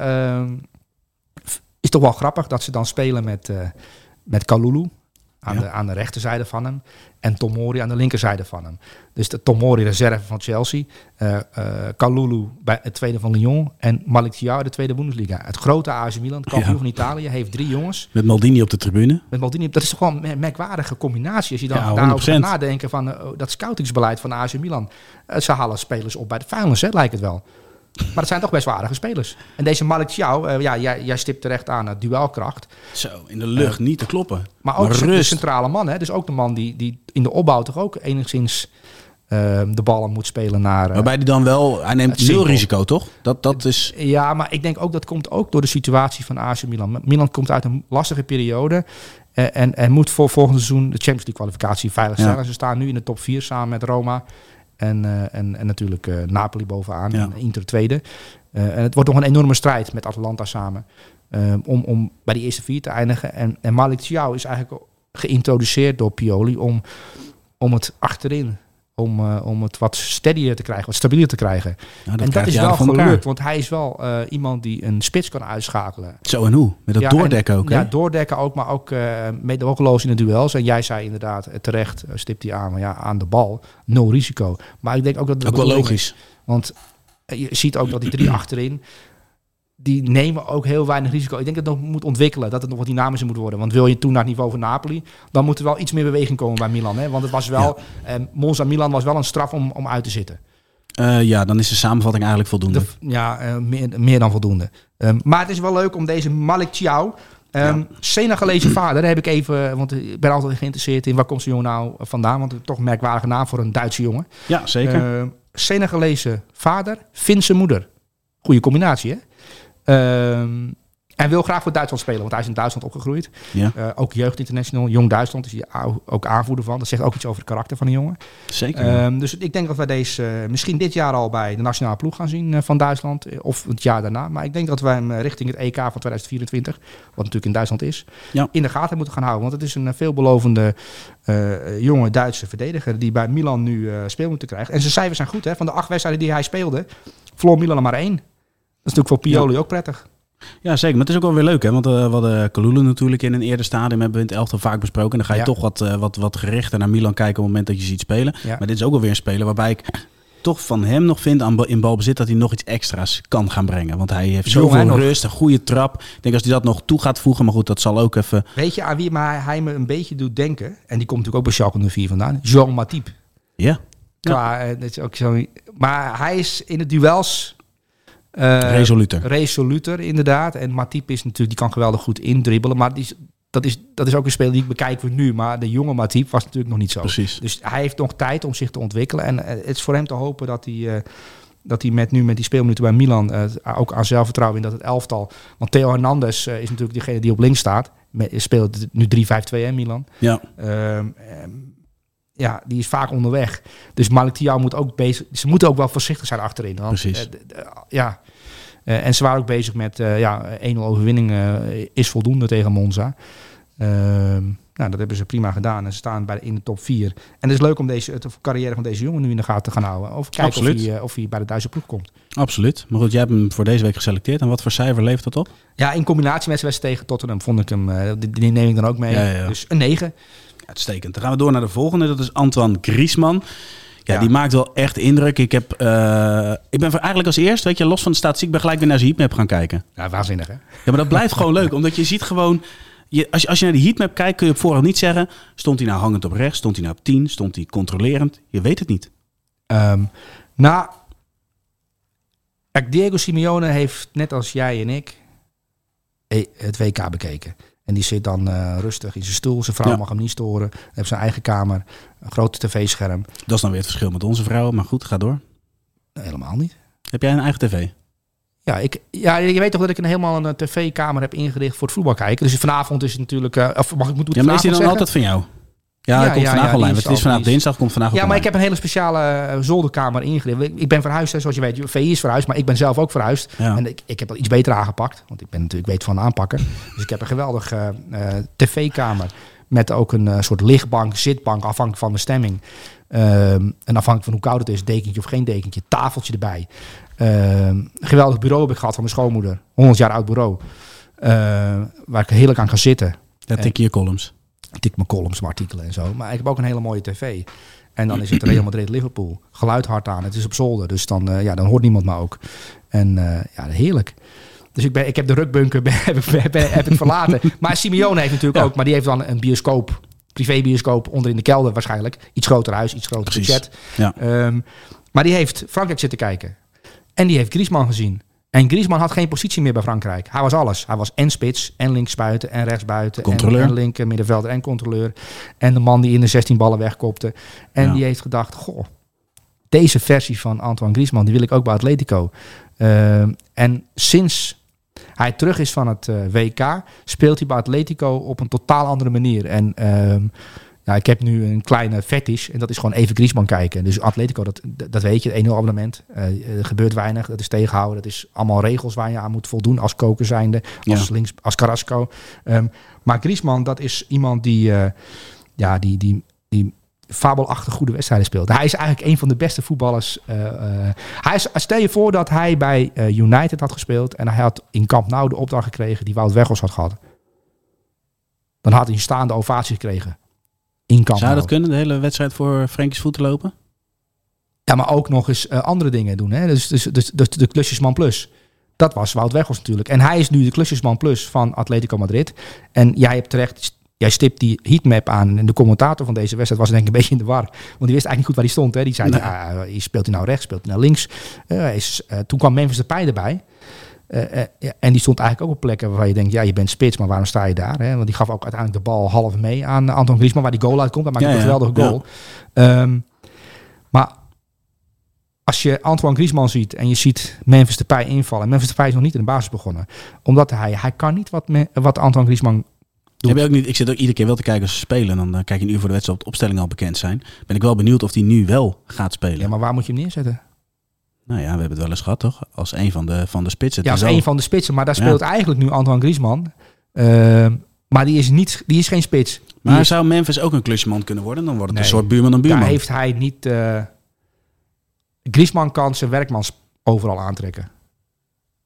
is toch wel grappig dat ze dan spelen met Kalulu aan de rechterzijde van hem en Tomori aan de linkerzijde van hem. Dus de Tomori reserve van Chelsea, Kalulu bij het tweede van Lyon en Malik Thiaw de tweede Bundesliga. Het grote AC Milan, de kampioen van Italië, heeft 3 jongens. Met Maldini op de tribune. Met Maldini, dat is toch gewoon een merkwaardige combinatie. Als je dan Ja, daarover 100%. gaat nadenken van dat scoutingsbeleid van AC Milan. Ze halen spelers op bij de Feyenoord, lijkt het wel. Maar het zijn toch best waardige spelers. En deze Malik Thiaw, jij stipt terecht aan, duelkracht. Zo, in de lucht niet te kloppen. Maar ook de rust. centrale man. Hè? Dus ook de man die in de opbouw toch ook enigszins de ballen moet spelen naar... Waarbij hij dan wel... Hij neemt het nul simpel. risico, toch? Dat is... Ja, maar ik denk ook dat komt ook door de situatie van AC Milan. Milan komt uit een lastige periode. En moet voor volgend seizoen de Champions League kwalificatie veilig stellen. Ja. Ze staan nu in de top 4 samen met Roma. En natuurlijk Napoli bovenaan. Ja. En Inter tweede. En het wordt nog een enorme strijd met Atalanta samen. Om bij die eerste 4 te eindigen. En Malik Thiaw is eigenlijk geïntroduceerd door Pioli om het achterin... Om het wat steadier te krijgen, wat stabieler te krijgen. Nou, En dat krijgt is hij wel van elkaar. gelukt, want hij is wel iemand die een spits kan uitschakelen. Zo en hoe? Met dat Ja, doordekken ook, hè? Ja, doordekken ook, maar ook meedogenloos in de duels. En jij zei inderdaad terecht, stipt hij aan, maar ja, aan de bal, 0 risico. Maar ik denk ook dat het Ook wel bedoeling logisch. is. Want je ziet ook dat die 3 achterin, die nemen ook heel weinig risico. Ik denk dat het nog moet ontwikkelen, dat het nog wat dynamischer moet worden. Want wil je toen naar het niveau van Napoli, dan moet er wel iets meer beweging komen bij Milan. Hè? Want het was wel, Monza-Milan was wel een straf om uit te zitten. Ja, dan is de samenvatting eigenlijk voldoende. Meer dan voldoende. Maar het is wel leuk om deze Malik Thiaw... Senegalese vader, daar heb ik even... Want ik ben altijd geïnteresseerd in waar komt zo'n jongen nou vandaan. Want het is toch een merkwaardige naam voor een Duitse jongen. Ja, zeker. Senegalese vader, Finse moeder. Goeie combinatie, hè? En wil graag voor Duitsland spelen, want hij is in Duitsland opgegroeid. Ja. Ook jeugdinternational, Jong Duitsland, is hij ook aanvoerder van. Dat zegt ook iets over het karakter van een jongen. Zeker. Dus ik denk dat wij deze misschien dit jaar al bij de nationale ploeg gaan zien van Duitsland. Of het jaar daarna. Maar ik denk dat wij hem richting het EK van 2024, wat natuurlijk in Duitsland is, in de gaten moeten gaan houden. Want het is een veelbelovende jonge Duitse verdediger die bij Milan nu speel moeten krijgen. En zijn cijfers zijn goed, hè? Van de 8 wedstrijden die hij speelde, verloor Milan er maar 1. Dat is natuurlijk voor Pioli ook prettig. Ja, zeker. Maar het is ook wel weer leuk, hè? Want we hadden Kalulu natuurlijk in een eerder stadium, hebben we in het elftal vaak besproken. En dan ga je toch wat gerichter naar Milan kijken op het moment dat je ziet spelen. Ja. Maar dit is ook alweer een speler waarbij ik toch van hem nog vind in balbezit dat hij nog iets extra's kan gaan brengen. Want hij heeft Jong, zoveel hè, rust, een goede trap. Ik denk als hij dat nog toe gaat voegen, maar goed, dat zal ook even... Weet je aan wie hij me een beetje doet denken? En die komt natuurlijk ook bij Schalke 04 vandaan. Jean Matip. Ja. Dat is ook zo. Maar hij is in de duels... Resoluter, inderdaad. En Matip is natuurlijk, die kan geweldig goed indribbelen. Maar dat is ook een speler die ik bekijk voor nu. Maar de jonge Matip was natuurlijk nog niet zo. Precies. Dus hij heeft nog tijd om zich te ontwikkelen. En het is voor hem te hopen dat hij met die speelminuten bij Milan ook aan zelfvertrouwen in dat het elftal. Want Theo Hernandez is natuurlijk degene die op links staat. Speelt nu 3-5-2 in Milan. Ja. Ja, die is vaak onderweg. Dus Malik Thiaw moet ook bezig. Ze moeten ook wel voorzichtig zijn achterin. Want, Precies. En ze waren ook bezig met 1-0 overwinning is voldoende tegen Monza. Dat hebben ze prima gedaan. En ze staan in de top 4. En het is leuk om de carrière van deze jongen nu in de gaten te gaan houden. Of kijken of hij bij de Duitse ploeg komt. Absoluut. Maar goed, jij hebt hem voor deze week geselecteerd. En wat voor cijfer levert dat op? Ja, in combinatie met zijn wedstrijd tegen Tottenham vond ik hem... die neem ik dan ook mee. Ja. Dus een 9. Uitstekend. Dan gaan we door naar de volgende. Dat is Antoine Griezmann. Ja, die maakt wel echt indruk. Ik ben eigenlijk als eerst, weet je, los van de statistiek, ben gelijk weer naar zijn heatmap gaan kijken. Ja, waanzinnig hè? Ja, maar dat blijft gewoon leuk. Omdat je ziet gewoon... Als je naar die heatmap kijkt, kun je op voorhand niet zeggen... Stond hij nou hangend op rechts? Stond hij nou op 10? Stond hij controlerend? Je weet het niet. Diego Simeone heeft, net als jij en ik, het WK bekeken. En die zit dan rustig in zijn stoel. Zijn vrouw mag hem niet storen. Hij heeft zijn eigen kamer. Een grote tv-scherm. Dat is dan weer het verschil met onze vrouwen. Maar goed, ga door. Nee, helemaal niet. Heb jij een eigen tv? Ja, je weet toch dat ik helemaal een tv-kamer heb ingericht voor het voetbal kijken. Dus vanavond is het natuurlijk... maar is die dan altijd van jou? Ja, hij komt vandaag online. Het is vandaag dinsdag, komt vandaag online. Maar ik heb een hele speciale zolderkamer ingericht. Ik ben verhuisd, hè, zoals je weet. VI is verhuisd, maar ik ben zelf ook verhuisd. Ja. En ik heb dat iets beter aangepakt. Want ik ben natuurlijk weet van aanpakken. Dus ik heb een geweldige tv-kamer. Met ook een soort lichtbank, zitbank, afhankelijk van de stemming. En afhankelijk van hoe koud het is, dekentje of geen dekentje. Tafeltje erbij. Een geweldig bureau heb ik gehad van mijn schoonmoeder. 100 jaar oud bureau. Waar ik heerlijk aan ga zitten. Daar tik je je columns. Ik tik mijn columns, mijn artikelen en zo. Maar ik heb ook een hele mooie tv. En dan is het Real Madrid-Liverpool. Geluid hard aan. Het is op zolder. Dus dan hoort niemand me ook. En heerlijk. Dus ik heb de rukbunker heb ik verlaten. Maar Simeone heeft natuurlijk ook. Maar die heeft dan een bioscoop. Privébioscoop onder in de kelder waarschijnlijk. Iets groter huis, iets groter budget. Ja. Maar die heeft Frankrijk zitten kijken. En die heeft Griezmann gezien. En Griezmann had geen positie meer bij Frankrijk. Hij was alles. Hij was en spits, en linksbuiten, en rechtsbuiten. En linker middenvelder en controleur. En de man die in de 16 ballen wegkopte. En die heeft gedacht, goh, deze versie van Antoine Griezmann, die wil ik ook bij Atletico. En sinds hij terug is van het WK, speelt hij bij Atletico op een totaal andere manier. En ik heb nu een kleine fetish en dat is gewoon even Griezmann kijken. Dus Atletico, dat weet je, het 1-0 abonnement. Er gebeurt weinig, dat is tegenhouden. Dat is allemaal regels waar je aan moet voldoen als koker zijnde, als Carrasco. Maar Griezmann, dat is iemand die fabelachtig goede wedstrijden speelt. Hij is eigenlijk een van de beste voetballers. Stel je voor dat hij bij United had gespeeld en hij had in Camp Nou de opdracht gekregen die Wout Weghorst had gehad. Dan had hij een staande ovatie gekregen. Zou dat kunnen, de hele wedstrijd voor Frenkies voeten lopen? Ja, maar ook nog eens andere dingen doen. Hè? Dus de klusjesman plus. Dat was Wout Weghorst natuurlijk. En hij is nu de klusjesman plus van Atletico Madrid. En jij hebt terecht, jij stipt die heatmap aan. En de commentator van deze wedstrijd was denk ik een beetje in de war. Want die wist eigenlijk niet goed waar hij stond. Hè? Die zei, speelt hij nou rechts, speelt hij nou links? Toen kwam Memphis Depay erbij. En die stond eigenlijk ook op plekken waar je denkt, ja, je bent spits, maar waarom sta je daar? Hè? Want die gaf ook uiteindelijk de bal half mee aan Antoine Griezmann, waar die goal uitkomt. Hij maakt een geweldige goal. Ja. Maar als je Antoine Griezmann ziet en je ziet Memphis Depay invallen. Memphis Depay is nog niet in de basis begonnen. Omdat hij kan niet wat Antoine Griezmann doet. Heb je ook niet, ik zit ook iedere keer wel te kijken als ze spelen. Dan kijk je een uur voor de wedstrijd op de opstelling al bekend zijn. Ben ik wel benieuwd of die nu wel gaat spelen. Ja, maar waar moet je hem neerzetten? Nou ja, we hebben het wel eens gehad, toch? Als een van de spitsen. Ja, als een van de spitsen. Maar daar speelt eigenlijk nu Antoine Griezmann. Maar die is geen spits. Maar zou Memphis ook een klusjeman kunnen worden? Dan wordt het een soort buurman en buurman. Daar heeft hij niet... Griezmann kan zijn werkmans overal aantrekken.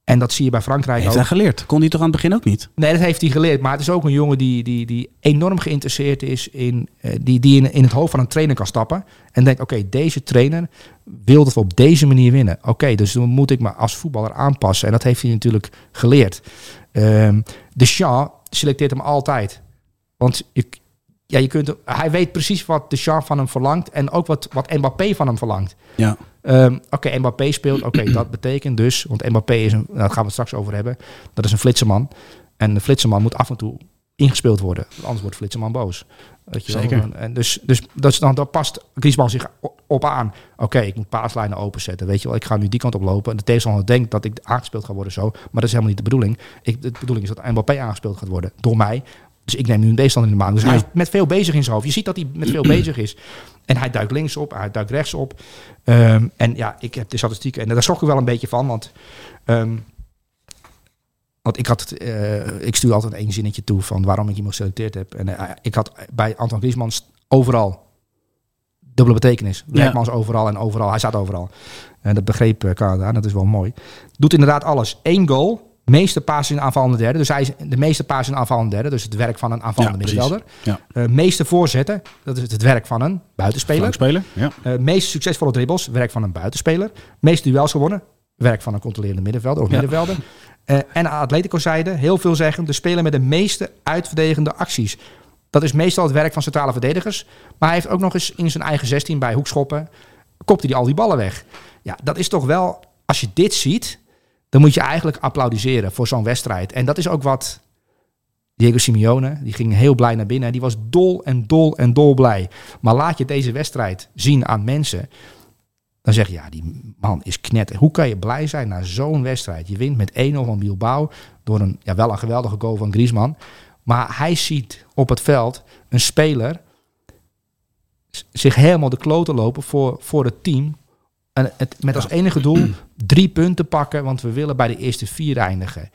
En dat zie je bij Frankrijk Heeft ook. hij geleerd? Kon hij toch aan het begin ook niet? Nee, dat heeft hij geleerd. Maar het is ook een jongen die enorm geïnteresseerd is in in het hoofd van een trainer kan stappen. En denkt, oké, deze trainer wil dat we op deze manier winnen. Oké, dus dan moet ik me als voetballer aanpassen. En dat heeft hij natuurlijk geleerd. Deschamps selecteert hem altijd. Want hij weet precies wat Deschamps van hem verlangt. En ook wat Mbappé van hem verlangt. Ja. Oké, Mbappé speelt. Oké, dat betekent dus... Want Mbappé is daar gaan we het straks over hebben. Dat is een flitserman. En de flitserman moet af en toe ingespeeld worden. Anders wordt de flitserman boos. Weet je Zeker. wel? En dus dan past Griezmann zich op aan. Oké, ik moet paaslijnen openzetten. Weet je wel, ik ga nu die kant op lopen. En de tegenstander denkt dat ik aangespeeld ga worden zo. Maar dat is helemaal niet de bedoeling. De bedoeling is dat Mbappé aangespeeld gaat worden door mij. Dus ik neem nu een tegenstander in de maan. Dus hij is met veel bezig in zijn hoofd. Je ziet dat hij met veel bezig is. En hij duikt links op, hij duikt rechts op. En ja, ik heb de statistieken. En daar schrok ik wel een beetje van. Want ik stuur altijd één zinnetje toe van waarom ik iemand geselecteerd heb. En ik had bij Antoine Griezmann overal dubbele betekenis. Werkmans overal en overal. Hij staat overal. En dat begreep Canada. Dat is wel mooi. Doet inderdaad alles. 1 goal. Meeste passes in aanvallende derde. Dus hij is de meeste passes in aanvallende derde. Dus het werk van een aanvallende middenvelder. Ja. Meeste voorzetten. Dat is het werk van een buitenspeler. Flankspeler, ja. Meest succesvolle dribbles. Werk van een buitenspeler. Meeste duels gewonnen. Werk van een controlerende middenvelder of middenvelder. En aan Atletico-zijde, heel veel zeggen, de speler met de meeste uitverdedigende acties. Dat is meestal het werk van centrale verdedigers. Maar hij heeft ook nog eens in zijn eigen 16 bij hoekschoppen, kopte hij al die ballen weg. Ja, dat is toch wel, als je dit ziet, dan moet je eigenlijk applaudisseren voor zo'n wedstrijd. En dat is ook wat Diego Simeone, die ging heel blij naar binnen. Die was dol blij. Maar laat je deze wedstrijd zien aan mensen, dan zeg je, ja, die man is knetter. Hoe kan je blij zijn na zo'n wedstrijd? Je wint met 1-0 van Bilbao door wel een geweldige goal van Griezmann. Maar hij ziet op het veld een speler zich helemaal de kloten lopen voor het team. En met als enige doel 3 punten pakken, want we willen bij de eerste 4 eindigen.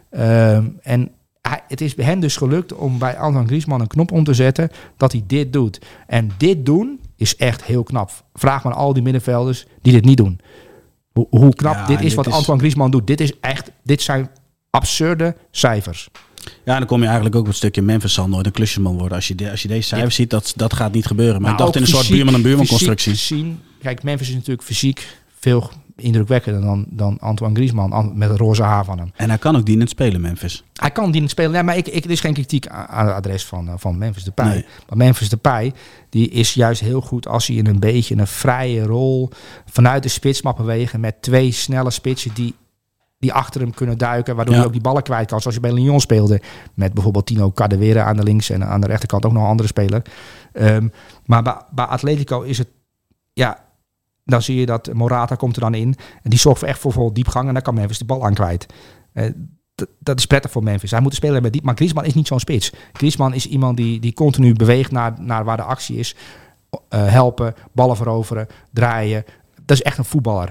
Het is bij hem dus gelukt om bij Antoine Griezmann een knop om te zetten dat hij dit doet. En dit doen is echt heel knap. Vraag maar al die middenvelders die dit niet doen. Hoe knap dit is wat Antoine Griezmann doet. Dit zijn absurde cijfers. Ja, dan kom je eigenlijk ook op het stukje Memphis zal nooit een klusjesman worden. Als je deze cijfers ziet, dat gaat niet gebeuren. Maar ik dacht in een soort buurman- en buurman-constructie. Kijk, Memphis is natuurlijk fysiek veel indrukwekkender dan Antoine Griezmann met het roze haar van hem. En hij kan ook dienend spelen, Memphis. Hij kan dienend spelen. Ja, maar er is geen kritiek aan het adres van Memphis Depay. Nee. Maar Memphis Depay die is juist heel goed als hij in een beetje een vrije rol vanuit de spits mag bewegen met 2 snelle spitsen die achter hem kunnen duiken, waardoor hij ook die ballen kwijt kan. Zoals je bij Lyon speelde met bijvoorbeeld Tino Kadewere aan de links en aan de rechterkant ook nog een andere speler. Maar bij Atletico is het, ja, dan zie je dat Morata komt er dan in. En die zorgt echt voor diepgang en dan kan Memphis de bal aan kwijt. Dat is prettig voor Memphis. Hij moet spelen met diep. Maar Griezmann is niet zo'n spits. Griezmann is iemand die continu beweegt naar waar de actie is. Helpen, ballen veroveren, draaien. Dat is echt een voetballer.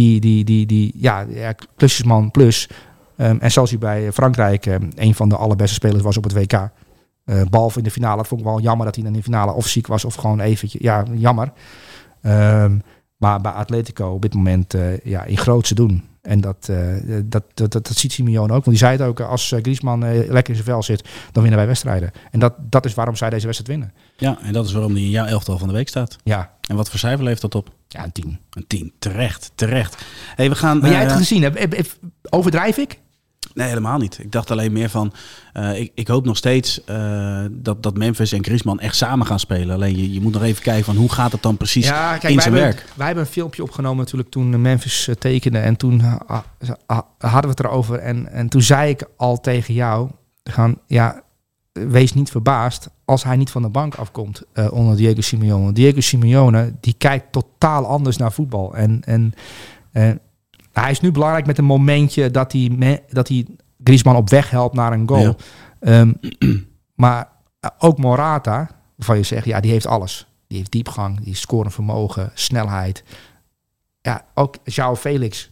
Die klusjesman plus. En zoals hij bij Frankrijk een van de allerbeste spelers was op het WK. Behalve in de finale. Dat vond ik wel jammer dat hij in de finale of ziek was of gewoon eventjes. Ja, jammer. Maar bij Atletico op dit moment in grootse doen. En dat ziet Simeone ook. Want die zei het ook, als Griezmann lekker in zijn vel zit, dan winnen wij wedstrijden. En dat is waarom zij deze wedstrijd winnen. Ja, en dat is waarom die in jouw elftal van de week staat. Ja. En wat voor cijfer levert dat op? Ja, een 10. Een 10, terecht. Hey, we gaan, maar jij hebt het gezien, overdrijf ik? Nee, helemaal niet. Ik dacht alleen meer van, ik hoop nog steeds dat Memphis en Griezmann echt samen gaan spelen. Alleen je moet nog even kijken van hoe gaat het dan precies in zijn werk. Wij hebben een filmpje opgenomen natuurlijk toen Memphis tekende. En toen hadden we het erover. En toen zei ik al tegen jou, wees niet verbaasd als hij niet van de bank afkomt onder Diego Simeone. Diego Simeone, die kijkt totaal anders naar voetbal. En hij is nu belangrijk met een momentje dat hij Griezmann op weg helpt naar een goal. Ja. Maar ook Morata, waarvan je zegt, ja, die heeft alles. Die heeft diepgang, die scorend vermogen, snelheid. Ja, ook João Felix.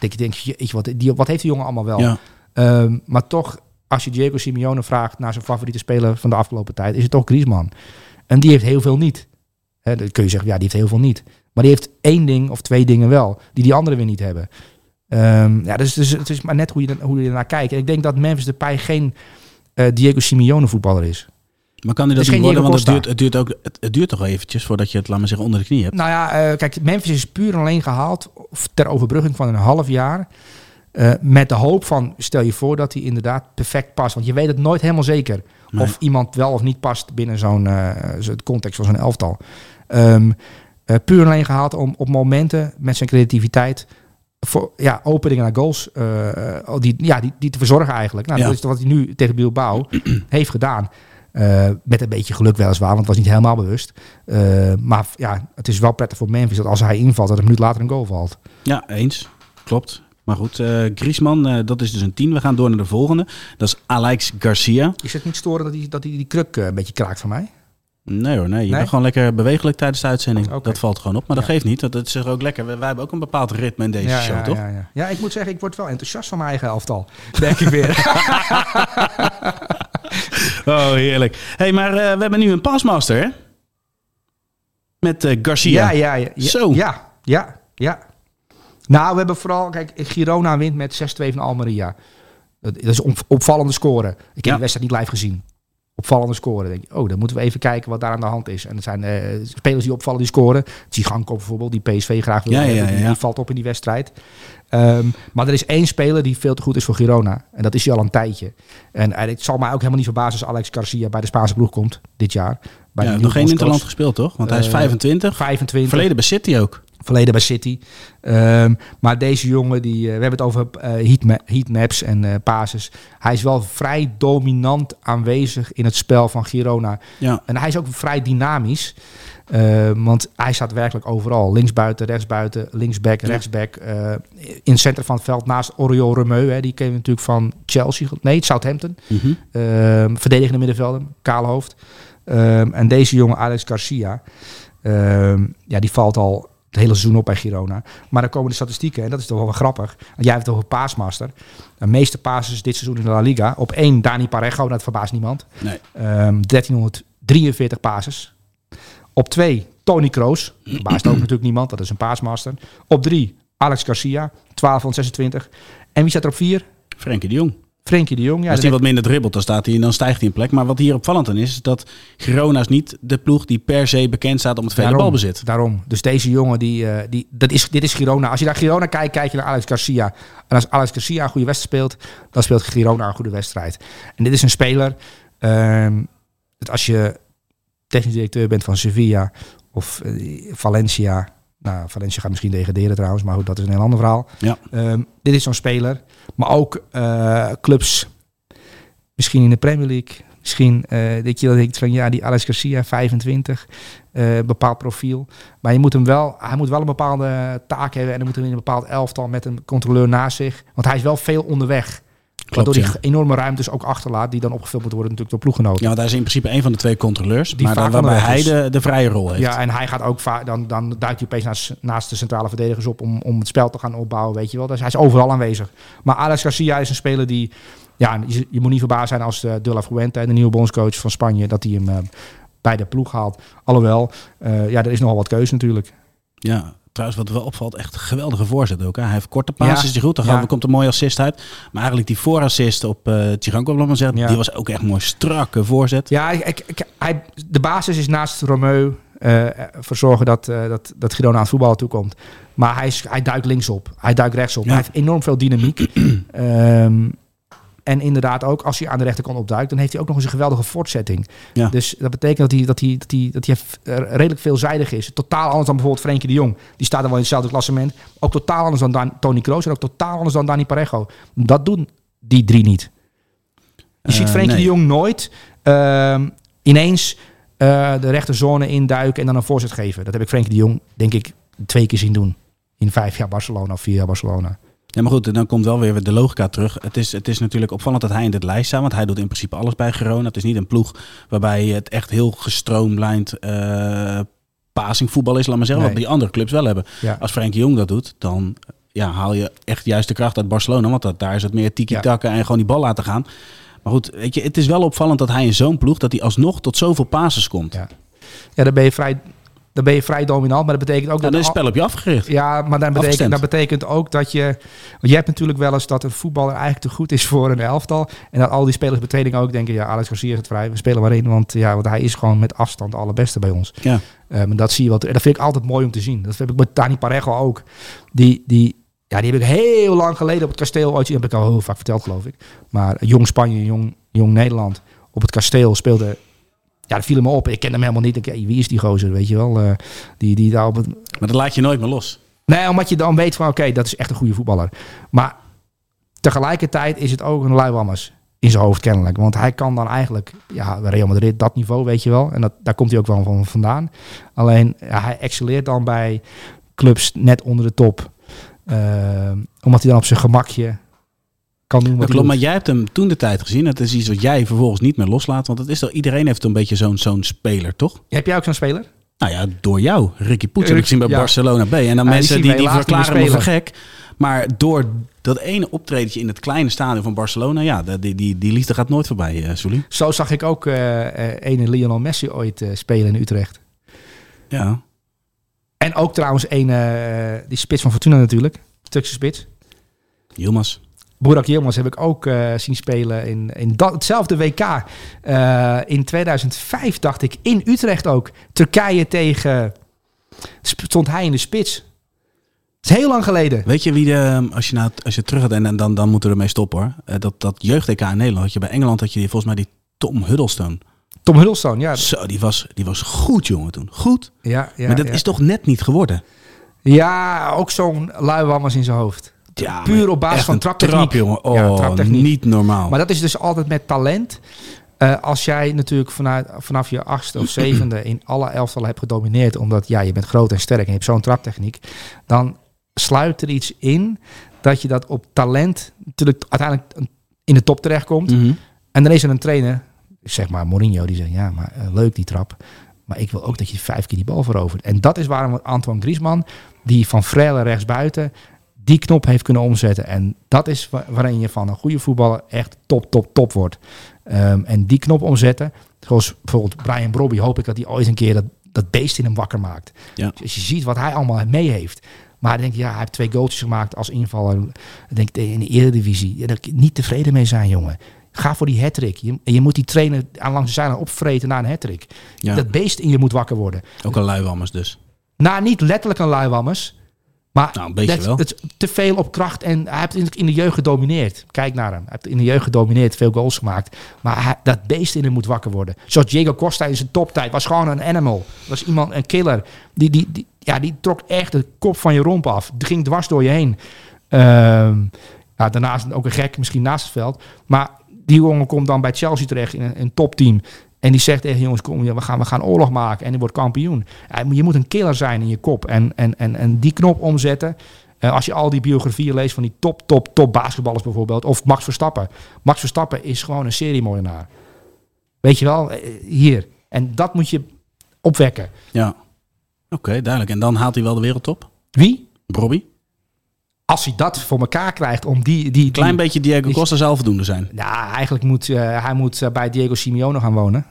Wat heeft die jongen allemaal wel? Ja. Maar toch, als je Diego Simeone vraagt naar zijn favoriete speler van de afgelopen tijd, is het toch Griezmann. En die heeft heel veel niet. Dan kun je zeggen, ja, die heeft heel veel niet. Maar die heeft 1 ding of 2 dingen wel, die anderen weer niet hebben. Dus het is maar net hoe je ernaar kijkt. En ik denk dat Memphis Depay geen Diego Simeone voetballer is. Maar kan hij dat Het is niet geen worden? Want Diego het duurt toch wel eventjes voordat je het, laat maar zeggen, onder de knie hebt. Nou ja, kijk, Memphis is puur en alleen gehaald ter overbrugging van een half jaar. Met de hoop van, stel je voor dat hij inderdaad perfect past. Want je weet het nooit helemaal zeker of iemand wel of niet past binnen zo'n context van zo'n elftal. Puur en alleen gehaald om op momenten met zijn creativiteit voor openingen naar goals die te verzorgen eigenlijk. Nou, dat is wat hij nu tegen Bilbao heeft gedaan. Met een beetje geluk weliswaar, want het was niet helemaal bewust. Maar ja, het is wel prettig voor Memphis dat als hij invalt, dat een minuut later een goal valt. Ja, eens. Klopt. Maar goed, Griezmann, dat is dus een 10. We gaan door naar de volgende. Dat is Alex Garcia. Is het niet storend dat hij die kruk een beetje kraakt van mij? Nee hoor, nee. Je bent gewoon lekker bewegelijk tijdens de uitzending. Okay. Dat valt gewoon op, maar dat geeft niet. Dat is er ook lekker. Wij hebben ook een bepaald ritme in deze show, toch? Ja, ik moet zeggen, ik word wel enthousiast van mijn eigen elftal. Denk ik weer. Oh, heerlijk. Hey, maar we hebben nu een passmaster, hè? Met Garcia. Ja. Zo. Ja. Nou, we hebben vooral... Kijk, Girona wint met 6-2 van Almeria. Dat is opvallende score. Ik heb de wedstrijd niet live gezien. Opvallende score. Denk ik, dan moeten we even kijken wat daar aan de hand is. En het zijn spelers die opvallen, die scoren. Zigankov bijvoorbeeld, die PSV graag wil hebben. Die valt op in die wedstrijd. Maar er is één speler die veel te goed is voor Girona. En dat is hij al een tijdje. En het zal mij ook helemaal niet verbazen als Alex Garcia bij de Spaanse ploeg komt dit jaar. Bij nog geen interland gespeeld, toch? Want hij is 25. Verleden bij City ook. Verleden bij City. Maar deze jongen, we hebben het over heatmaps en passes. Hij is wel vrij dominant aanwezig in het spel van Girona. Ja. En hij is ook vrij dynamisch. Want hij staat werkelijk overal. Linksbuiten, rechtsbuiten, linksback, rechtsback. In het centrum van het veld naast Oriol Romeu. Die ken je natuurlijk van Chelsea. Nee, Southampton. Verdedigende middenvelder, kaal hoofd. En deze jongen, Alex Garcia, die valt al het hele seizoen op bij Girona. Maar dan komen de statistieken, en dat is toch wel grappig. Jij hebt het over paasmaster. De meeste passes dit seizoen in de La Liga. Op 1 Dani Parejo, dat verbaast niemand. Nee. 1343 passes. Op 2 Toni Kroos. Verbaast ook natuurlijk niemand, dat is een paasmaster. Op 3 Alex Garcia, 1226. En wie staat er op 4? Frenkie de Jong. Frenkie de Jong. Ja, als hij wat minder dribbelt, dan stijgt hij in plek. Maar wat hier opvallend aan is dat Girona is niet de ploeg die per se bekend staat om het vele balbezit. Daarom. Dus deze jongen, dit is Girona. Als je naar Girona kijkt, kijk je naar Alex Garcia. En als Alex Garcia een goede wedstrijd speelt, dan speelt Girona een goede wedstrijd. En dit is een speler, dat als je technisch directeur bent van Sevilla of Valencia. Nou, Valencia gaat misschien degraderen trouwens, maar goed, dat is een heel ander verhaal. Ja. Dit is zo'n speler. Maar ook clubs, misschien in de Premier League. Misschien dat je dan denkt van die Alex Garcia, 25, bepaald profiel. Maar hij moet wel een bepaalde taak hebben. En dan moet hij in een bepaald elftal met een controleur naast zich. Want hij is wel veel onderweg. Waardoor hij enorme ruimtes ook achterlaat die dan opgevuld moeten worden natuurlijk door ploeggenoten. Ja, want hij is in principe een van de 2 controleurs. Maar waarbij hij de vrije rol heeft. Ja, en hij gaat ook dan duikt hij opeens naast de centrale verdedigers op om het spel te gaan opbouwen, weet je wel. Dus hij is overal aanwezig. Maar Alex Garcia is een speler die, je moet niet verbaasd zijn als De La Fuente, de nieuwe bondscoach van Spanje, dat hij hem bij de ploeg haalt. Alhoewel, er is nogal wat keuze natuurlijk. Ja. Trouwens, wat wel opvalt, echt een geweldige voorzet ook. Hè? Hij heeft korte passes, die goed. Dan komt een mooie assist uit. Maar eigenlijk die voorassist op Zigankov, die was ook echt mooi strakke voorzet. Ja, de basis is naast Romeu verzorgen dat Girona aan het voetballen toekomt. Maar hij duikt linksop, hij duikt rechtsop. Ja. Hij heeft enorm veel dynamiek. En inderdaad ook, als hij aan de rechterkant opduikt, dan heeft hij ook nog eens een geweldige voortzetting. Ja. Dus dat betekent dat hij redelijk veelzijdig is. Totaal anders dan bijvoorbeeld Frenkie de Jong. Die staat dan wel in hetzelfde klassement. Ook totaal anders dan Toni Kroos en ook totaal anders dan Dani Parejo. Dat doen die 3 niet. Je ziet Frenkie de Jong nooit ineens de rechterzone induiken en dan een voorzet geven. Dat heb ik Frenkie de Jong, denk ik, 2 keer zien doen. In 5 jaar Barcelona of 4 jaar Barcelona. Ja, maar goed, dan komt wel weer de logica terug. Het is natuurlijk opvallend dat hij in dit lijst staat, want hij doet in principe alles bij Girona. Het is niet een ploeg waarbij het echt heel gestroomlijnd passingvoetbal is, laat maar zeggen, wat die andere clubs wel hebben. Ja. Als Frenkie de Jong dat doet, dan haal je echt juist de kracht uit Barcelona, want daar is het meer tiki-taka en gewoon die bal laten gaan. Maar goed, weet je, het is wel opvallend dat hij in zo'n ploeg, dat hij alsnog tot zoveel passes komt. Ja, dan ben je vrij dan ben je vrij dominant. Maar dat betekent ook Dan is het spel op je afgericht. Ja, maar dat betekent ook dat je... Want je hebt natuurlijk wel eens dat een voetballer eigenlijk te goed is voor een elftal. En dat al die spelers bij training ook denken... Ja, Alex Garcia is het vrij, we spelen maar in. Want hij is gewoon met afstand de allerbeste bij ons. Ja. En dat zie je wel. En dat vind ik altijd mooi om te zien. Dat heb ik met Dani Parejo ook. Die heb ik heel lang geleden op het kasteel ooit... Die heb ik al heel vaak verteld, geloof ik. Maar jong Spanje, jong Nederland... op het kasteel speelde... Ja, dat viel me op. Ik ken hem helemaal niet. Wie is die gozer, weet je wel? Die daar op het... Maar dat laat je nooit meer los. Nee, omdat je dan weet van... Oké, dat is echt een goede voetballer. Maar tegelijkertijd is het ook een luiwammers in zijn hoofd kennelijk. Want hij kan dan eigenlijk... Ja, Real Madrid, dat niveau, weet je wel. En daar komt hij ook wel van vandaan. Alleen, hij excelleert dan bij clubs net onder de top. Omdat hij dan op zijn gemakje... kan doen wat klopt, maar jij hebt hem toen de tijd gezien. Dat is iets wat jij vervolgens niet meer loslaat. Want het is toch, iedereen heeft een beetje zo'n speler, toch? Heb jij ook zo'n speler? Nou ja, door jou. Ricky Puig heb ik gezien bij Barcelona B. En dan mensen die verklaren me voor gek. Maar door dat ene optredentje in het kleine stadion van Barcelona... Ja, die liefde gaat nooit voorbij, Soelie. Zo zag ik ook ene Lionel Messi ooit spelen in Utrecht. Ja. En ook trouwens die spits van Fortuna natuurlijk. Turkse spits. Yilmaz. Burak Yilmaz heb ik ook zien spelen in hetzelfde WK. In 2005 dacht ik, in Utrecht ook. Turkije tegen... Stond hij in de spits. Dat is heel lang geleden. Weet je wie als je terug gaat en dan moeten we ermee stoppen hoor. Dat jeugd-EK in Nederland had je bij Engeland had je volgens mij die Tom Huddlestone. Tom Huddlestone, ja. Zo, die was goed jongen toen. Goed. Ja, maar dat is toch net niet geworden. Ja, ook zo'n luiwammers in zijn hoofd. Ja, puur op basis van traptechniek. Trap, jongen. Oh, traptechniek. Niet normaal. Maar dat is dus altijd met talent. Als jij natuurlijk vanaf je 8e of 7e in alle elftallen hebt gedomineerd, omdat je bent groot en sterk en je hebt zo'n traptechniek, dan sluit er iets in dat je dat op talent natuurlijk uiteindelijk in de top terechtkomt. Mm-hmm. En dan is er een trainer, zeg maar Mourinho, die zegt, ja, maar leuk die trap. Maar ik wil ook dat je 5 keer die bal verovert. En dat is waarom Antoine Griezmann, die van Frelle rechtsbuiten, die knop heeft kunnen omzetten. En dat is waarin je van een goede voetballer echt top wordt. En die knop omzetten, zoals bijvoorbeeld Brian Brobby, hoop ik dat hij ooit een keer dat beest in hem wakker maakt. Ja. Dus als je ziet wat hij allemaal mee heeft. Maar dan denk je, hij heeft 2 goaltjes gemaakt als invaller. Dan denk ik, in de Eredivisie. Daar niet tevreden mee zijn, jongen. Ga voor die hattrick. Je moet die trainer aan langs de zijlijn opvreten naar een hattrick. Ja. Dat beest in je moet wakker worden. Ook een luiwammers dus. Nou, niet letterlijk een luiwammers. Maar een beetje wel. Het te veel op kracht. En hij heeft in de jeugd gedomineerd. Kijk naar hem. Hij heeft in de jeugd gedomineerd. Veel goals gemaakt. Maar dat beest in hem moet wakker worden. Zoals Diego Costa in zijn toptijd. Was gewoon een animal. Was iemand, een killer. Die trok echt de kop van je romp af. Die ging dwars door je heen. Daarnaast ook een gek. Misschien naast het veld. Maar die jongen komt dan bij Chelsea terecht in een topteam. En die zegt tegen jongens, kom, we gaan oorlog maken. En die wordt kampioen. Je moet een killer zijn in je kop. En die knop omzetten. Als je al die biografieën leest van die top basketballers bijvoorbeeld. Of Max Verstappen. Max Verstappen is gewoon een seriemoordenaar. Weet je wel? Hier. En dat moet je opwekken. Ja. Oké, duidelijk. En dan haalt hij wel de wereldtop? Wie? Brobby? Als hij dat voor elkaar krijgt om die klein beetje Diego Costa zou voldoende zijn. Ja, eigenlijk moet hij bij Diego Simeone gaan wonen.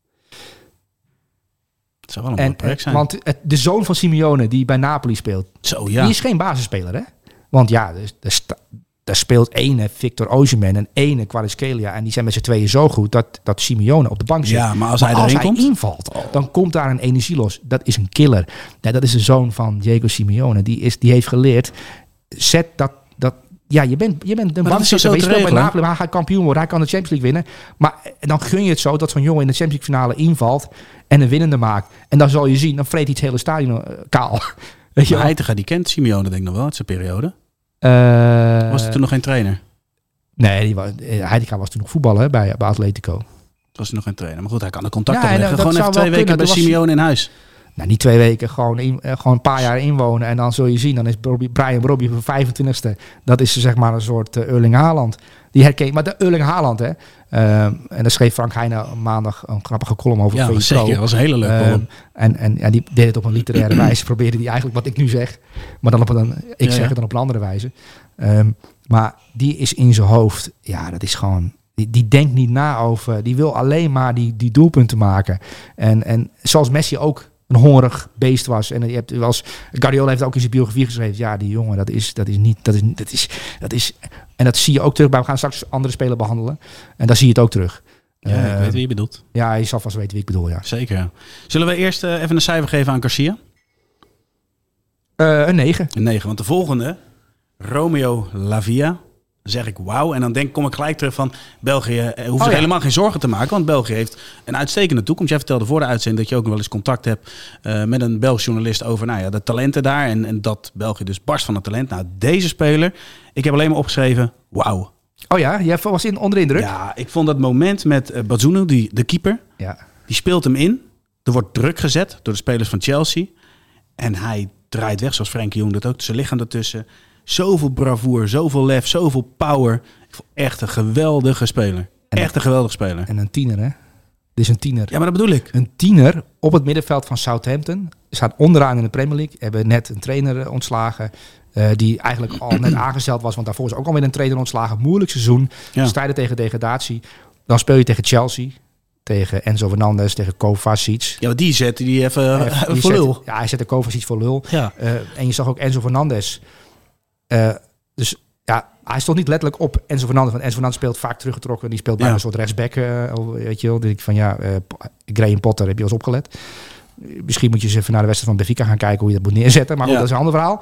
Het zou wel een mooi project zijn. Want de zoon van Simeone die bij Napoli speelt, zo, ja. Die is geen basisspeler, hè? Want ja, daar speelt ene Victor Osimhen en ene Kvaratskhelia. En die zijn met z'n tweeën zo goed dat Simeone op de bank zit. Ja, maar als hij invalt, dan komt daar een energie los. Dat is een killer. Ja, dat is de zoon van Diego Simeone. Die heeft geleerd, zet dat. Ja, je bent een bankzitter. Je speelt bij Napoli, maar hij gaat kampioen worden. Hij kan de Champions League winnen. Maar dan gun je het zo dat zo'n jongen in de Champions League finale invalt en een winnende maakt. En dan zal je zien, dan vreet hij het hele stadion kaal. Weet je, Heitinga, die kent Simeone denk ik nog wel uit zijn periode. Was er toen nog geen trainer? Nee, Heitinga was toen nog voetballer bij Atletico. Was er nog geen trainer. Maar goed, hij kan de contact opleggen. Gewoon even 2 weken bij Simeone in huis. Nou, niet 2 weken, gewoon een paar jaar inwonen. En dan zul je zien, dan is Brian Brobby op de 25e. Dat is zeg maar een soort Erling Haaland. Die herkent, maar de Erling Haaland, hè. En daar schreef Frank Heijnen maandag een grappige column over. Ja, zeker. Dat was een hele leuke column. En die deed het op een literaire wijze. Probeerde die eigenlijk wat ik nu zeg. Maar dan zeg het dan op een andere wijze. Maar die is in zijn hoofd. Ja, dat is gewoon... Die denkt niet na over... Die wil alleen maar die doelpunten maken. En zoals Messi ook een hongerig beest was. En je hebt wel eens, Guardiola heeft ook in zijn biografie geschreven. Ja, die jongen, dat is. En dat zie je ook terug. Maar we gaan straks andere spelers behandelen. En daar zie je het ook terug. Ja, ik weet wie je bedoelt. Ja, je zal vast weten wie ik bedoel, ja. Zeker, ja. Zullen we eerst even een cijfer geven aan Garcia? Een 9. Een 9, want de volgende, Romeo Lavia, zeg ik wauw. En dan kom ik gelijk terug van België hoeft zich helemaal geen zorgen te maken. Want België heeft een uitstekende toekomst. Jij vertelde voor de uitzending dat je ook nog wel eens contact hebt met een Belgisch journalist over de talenten daar. En dat België dus barst van het talent. Nou, deze speler, ik heb alleen maar opgeschreven, wauw. Oh ja, jij was onder de indruk? Ja, ik vond dat moment met Bazunu, de keeper, die speelt hem in. Er wordt druk gezet door de spelers van Chelsea. En hij draait weg, zoals Frenkie Jong dat ook. Zijn lichaam ertussen. Zoveel bravoure, zoveel lef, zoveel power. Ik vond echt een geweldige speler. Echt een geweldige speler. En een tiener, hè? Dit is een tiener. Ja, maar dat bedoel ik. Een tiener op het middenveld van Southampton. Ze staan onderaan in de Premier League. Hebben net een trainer ontslagen. Die eigenlijk al net aangesteld was. Want daarvoor is ook alweer een trainer ontslagen. Moeilijk seizoen. Ja. Strijden tegen degradatie. Dan speel je tegen Chelsea. Tegen Enzo Fernandez. Tegen Kovacic. Ja, maar die zet die even voor lul. Ja, hij zet de Kovacic voor lul. Ja. En je zag ook Enzo Fernandez. Dus ja, hij stond niet letterlijk op Enzo Fernandez. Want Enzo Fernandez speelt vaak teruggetrokken. Die speelt bijna een soort rechtsback. Weet je wel. Dan denk ik van Graham Potter, heb je al eens opgelet? Misschien moet je eens even naar de wedstrijd van Benfica gaan kijken hoe je dat moet neerzetten. Maar goed, dat is een ander verhaal.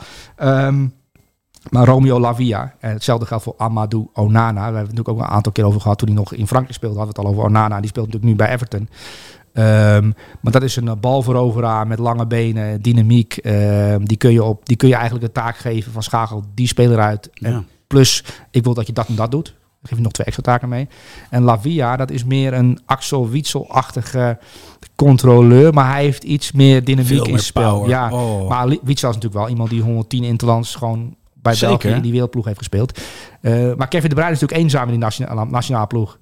Maar Romeo Lavia, en hetzelfde geldt voor Amadou Onana. We hebben het natuurlijk ook een aantal keer over gehad toen hij nog in Frankrijk speelde. Hadden we het al over Onana. Die speelt natuurlijk nu bij Everton. Maar dat is een balveroveraar met lange benen, dynamiek. Die kun je eigenlijk de taak geven van schakel die speler uit. En plus, ik wil dat je dat en dat doet. Dan geef je nog 2 extra taken mee. En Lavia, dat is meer een Axel Witsel-achtige controleur. Maar hij heeft iets meer dynamiek in het spel. Power. Ja, maar Witsel is natuurlijk wel iemand die 110 interlands gewoon bij België in die wereldploeg heeft gespeeld. Maar Kevin De Bruyne is natuurlijk eenzaam in die nationale ploeg.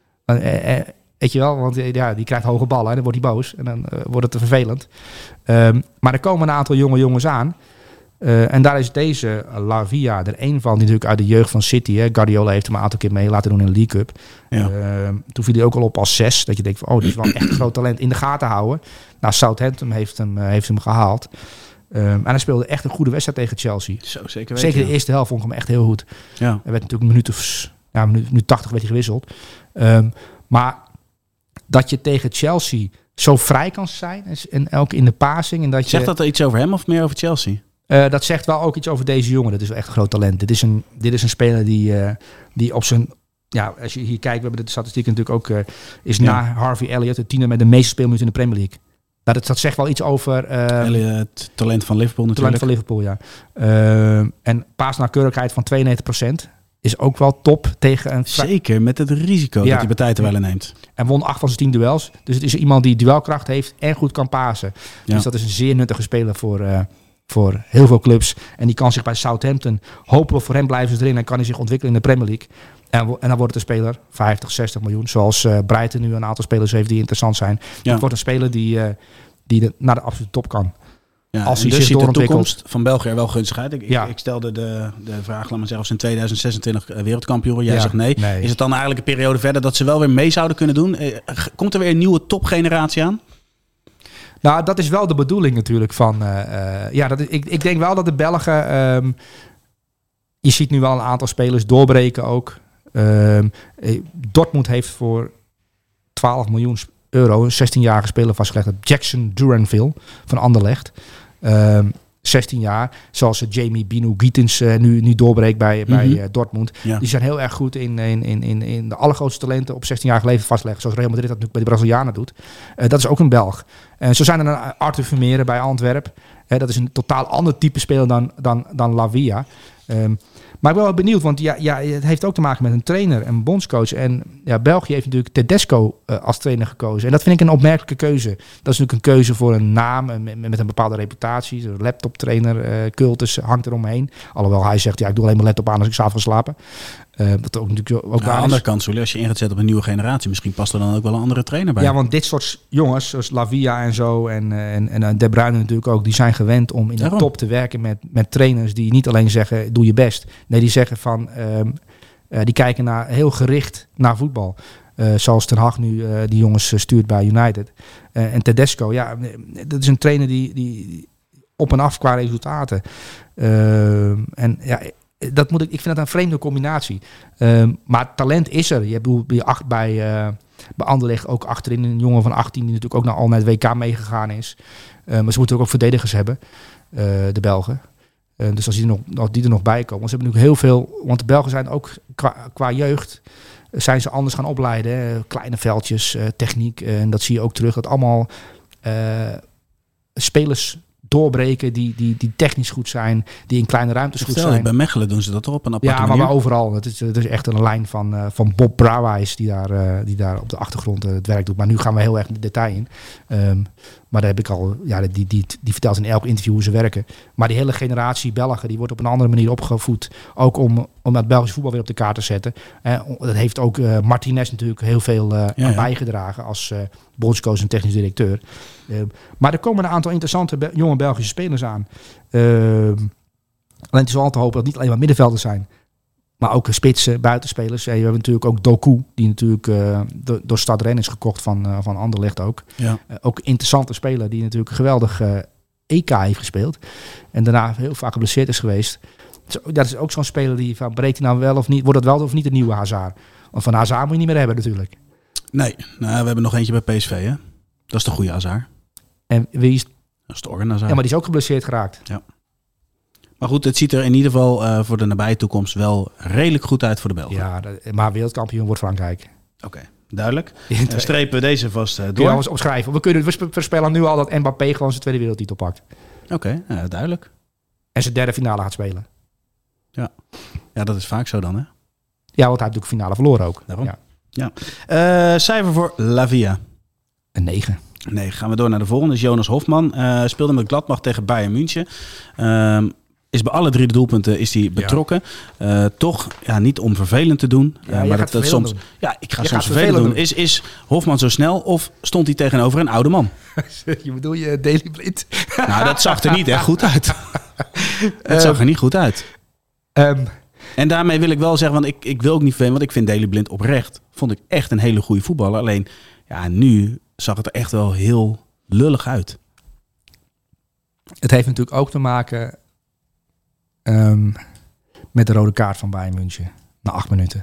Weet je wel, want die krijgt hoge ballen en dan wordt hij boos. En dan wordt het te vervelend. Maar er komen een aantal jonge jongens aan. En daar is deze Lavia er één van, die natuurlijk uit de jeugd van City. Hè. Guardiola heeft hem een aantal keer mee laten doen in de League Cup. Ja. Toen viel hij ook al op als 6. Dat je denkt van, dit is wel echt een groot talent in de gaten houden. Nou, Southampton heeft hem gehaald. En hij speelde echt een goede wedstrijd tegen Chelsea. Zo, zeker de eerste helft vond ik hem echt heel goed. Ja. Er werd natuurlijk minuut 80 werd hij gewisseld. Maar dat je tegen Chelsea zo vrij kan zijn. En ook in de passing. En dat zegt dat er iets over hem of meer over Chelsea? Dat zegt wel ook iets over deze jongen. Dat is wel echt een groot talent. Dit is een speler die op zijn... Ja, als je hier kijkt, we hebben de statistieken natuurlijk ook... is na Harvey Elliott de tiener met de meeste speelminuten in de Premier League. Nou, dat zegt wel iets over... het talent van Liverpool natuurlijk. Talent van Liverpool, ja. En paasnauwkeurigheid van 92% is ook wel top tegen een... Zeker, met het risico dat hij bij tijd wel neemt. En won 8 van zijn 10 duels. Dus het is iemand die duelkracht heeft en goed kan pasen. Ja. Dus dat is een zeer nuttige speler voor heel veel clubs. En die kan zich bij Southampton... Hopelijk voor hem blijven ze erin en kan hij zich ontwikkelen in de Premier League. En dan wordt het een speler 50, 60 miljoen. Zoals Brighton nu een aantal spelers heeft die interessant zijn. Ja. Het wordt een speler die naar de absolute top kan. Ja, als hij dus ziet de toekomst van België er wel gunstig uit. Ik stelde de vraag, laat maar zeggen, of ze in 2026 wereldkampioen worden. Jij zegt nee. Is het dan eigenlijk een periode verder dat ze wel weer mee zouden kunnen doen? Komt er weer een nieuwe topgeneratie aan? Nou, dat is wel de bedoeling natuurlijk van... ik denk wel dat de Belgen... je ziet nu wel een aantal spelers doorbreken ook. Dortmund heeft voor 12 miljoen euro een 16-jarige speler vastgelegd. Jackson Duranville van Anderlecht. 16 jaar. Zoals Jamie Binu Gittens nu doorbreekt bij Dortmund. Ja. Die zijn heel erg goed in de allergrootste talenten op 16-jarige leeftijd vastleggen. Zoals Real Madrid dat nu bij de Brazilianen doet. Dat is ook een Belg. Zo zijn er Arthur Vermeeren bij Antwerp. Dat is een totaal ander type speler dan Lavia. Maar ik ben wel benieuwd, want het heeft ook te maken met een trainer, een bondscoach. En België heeft natuurlijk Tedesco als trainer gekozen. En dat vind ik een opmerkelijke keuze. Dat is natuurlijk een keuze voor een naam met een bepaalde reputatie. Een laptoptrainer, cultus hangt eromheen. Alhoewel hij zegt, ik doe alleen maar laptop aan als ik s'avonds ga slapen. Dat ook natuurlijk ook aan de andere kant, als je in gaat zetten op een nieuwe generatie, misschien past er dan ook wel een andere trainer bij. Ja, want dit soort jongens, zoals Lavia en zo, en De Bruyne natuurlijk ook, die zijn gewend om in de top te werken met trainers die niet alleen zeggen, doe je best. Nee, die zeggen van, die kijken heel gericht naar voetbal. Zoals Ten Hag nu die jongens stuurt bij United. En Tedesco, ja, dat is een trainer die op en af qua resultaten. En ja, ik vind dat een vreemde combinatie. Maar talent is er. Je hebt bij Anderlecht ook achterin een jongen van 18 die natuurlijk ook al naar het WK meegegaan is. Maar ze moeten ook verdedigers hebben, de Belgen. Dus als die er nog bij komen. Ze hebben natuurlijk heel veel, want de Belgen zijn ook qua jeugd zijn ze anders gaan opleiden. Hè? Kleine veldjes, techniek. En dat zie je ook terug. Dat allemaal spelers doorbreken die technisch goed zijn, die in kleine ruimtes goed zijn. Bij Mechelen doen ze dat toch op een aparte manier? Maar overal. Het is echt een lijn van Bob Brouwijs die daar op de achtergrond het werk doet. Maar nu gaan we heel erg in de detail in. Maar daar heb ik al, die vertelt in elk interview hoe ze werken. Maar die hele generatie Belgen, die wordt op een andere manier opgevoed. Ook om het Belgische voetbal weer op de kaart te zetten. Dat heeft ook Martinez natuurlijk heel veel aan bijgedragen als bondscoach en technisch directeur. Maar er komen een aantal interessante jonge Belgische spelers aan. Alleen het is wel te hopen dat het niet alleen maar middenvelders zijn. Maar ook spitsen, buitenspelers. We hebben natuurlijk ook Doku, die natuurlijk door Stad Rennes is gekocht van Anderlecht ook. Ja. Ook een interessante speler die natuurlijk een geweldig EK heeft gespeeld. En daarna heel vaak geblesseerd is geweest. Dat is ook zo'n speler die van breekt hij nou wel of niet, wordt dat wel of niet de nieuwe Hazard? Want van Hazard moet je niet meer hebben natuurlijk. Nee, we hebben nog eentje bij PSV, hè? Dat is de goede Hazard. En wie is... Dat is de Organ Hazard. Ja, maar die is ook geblesseerd geraakt. Ja. Maar goed, het ziet er in ieder geval voor de nabije toekomst wel redelijk goed uit voor de Belgen. Ja, maar wereldkampioen wordt Frankrijk. Oké, duidelijk. Strepen we deze vast door. Kun je alles opschrijven. We voorspellen nu al dat Mbappé gewoon zijn tweede wereldtitel pakt. Oké, duidelijk. En zijn derde finale gaat spelen. Ja, dat is vaak zo dan, hè? Ja, want hij heeft natuurlijk finale verloren ook. Daarom. Ja. Cijfer voor La Via. Een 9. Nee, gaan we door naar de volgende. Is Jonas Hofman. Speelde met Gladbach tegen Bayern München. Is bij alle 3 de doelpunten is hij betrokken. Toch, niet om vervelend te doen. Maar dat soms. Doen. Ja, ik ga soms vervelend doen. Is Hofman zo snel of stond hij tegenover een oude man? Je bedoel je Daley Blind? Nou, dat zag er niet echt goed uit. Dat zag er niet goed uit. En daarmee wil ik wel zeggen, want ik wil ook niet vervelend, want ik vind Daley Blind oprecht. Vond ik echt een hele goede voetballer. Alleen, nu zag het er echt wel heel lullig uit. Het heeft natuurlijk ook te maken met de rode kaart van Bayern München. Na 8 minuten.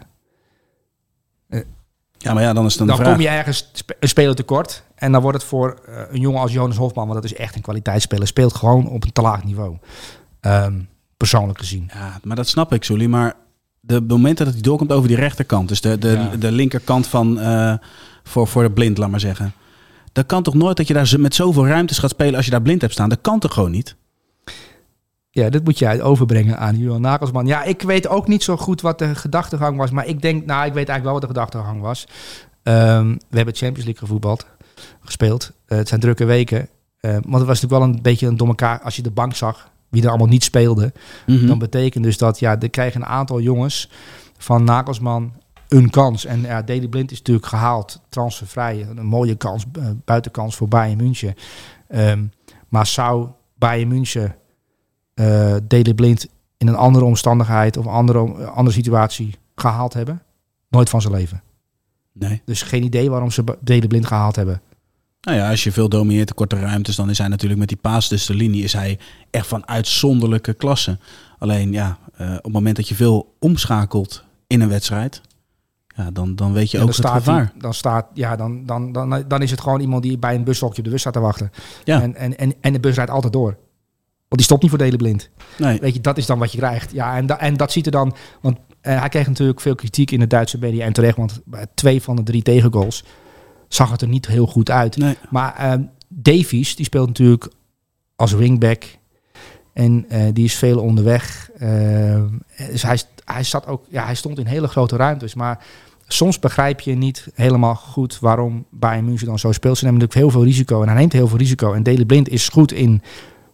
Dan is het dan kom je ergens een speler tekort. En dan wordt het voor een jongen als Jonas Hofman, want dat is echt een kwaliteitsspeler, speelt gewoon op een te laag niveau. Persoonlijk gezien. Ja, maar dat snap ik, Sully. Maar de momenten dat hij doorkomt over die rechterkant, dus de linkerkant van voor de Blind, laat maar zeggen. Dat kan toch nooit dat je daar met zoveel ruimtes gaat spelen als je daar Blind hebt staan. Dat kan toch gewoon niet? Ja, dit moet je overbrengen aan Julian Nagelsman. Ja, ik weet ook niet zo goed wat de gedachtegang was. Maar ik denk, ik weet eigenlijk wel wat de gedachtegang was. We hebben Champions League gespeeld. Het zijn drukke weken. Want het was natuurlijk wel een beetje door elkaar. Als je de bank zag, wie er allemaal niet speelde. Mm-hmm. Dan betekent dus dat, er krijgen een aantal jongens van Nagelsman een kans. En Daley Blind is natuurlijk gehaald, transfervrij. Een mooie kans, buitenkans voor Bayern München. Maar zou Bayern München Daley Blind in een andere omstandigheid of andere situatie gehaald hebben? Nooit van zijn leven. Nee. Dus geen idee waarom ze Daley Blind gehaald hebben. Nou ja, als je veel domineert de korte ruimtes, dan is hij natuurlijk met die paas tussen de linie is hij echt van uitzonderlijke klasse. Alleen op het moment dat je veel omschakelt in een wedstrijd, dan weet je ook het gevaar. Dan is het gewoon iemand die bij een bushokje op de bus staat te wachten. Ja. En de bus rijdt altijd door. Want die stopt niet voor Daley Blind. Nee. Weet je, dat is dan wat je krijgt. Ja, en dat ziet er dan. Want hij kreeg natuurlijk veel kritiek in de Duitse media en terecht, want bij 2 van de 3 tegengoals zag het er niet heel goed uit. Nee. Maar Davies, die speelt natuurlijk als wingback. En die is veel onderweg. Dus hij stond in hele grote ruimtes. Maar soms begrijp je niet helemaal goed waarom Bayern München dan zo speelt. Ze nemen natuurlijk heel veel risico. En hij neemt heel veel risico. En Daley Blind is goed in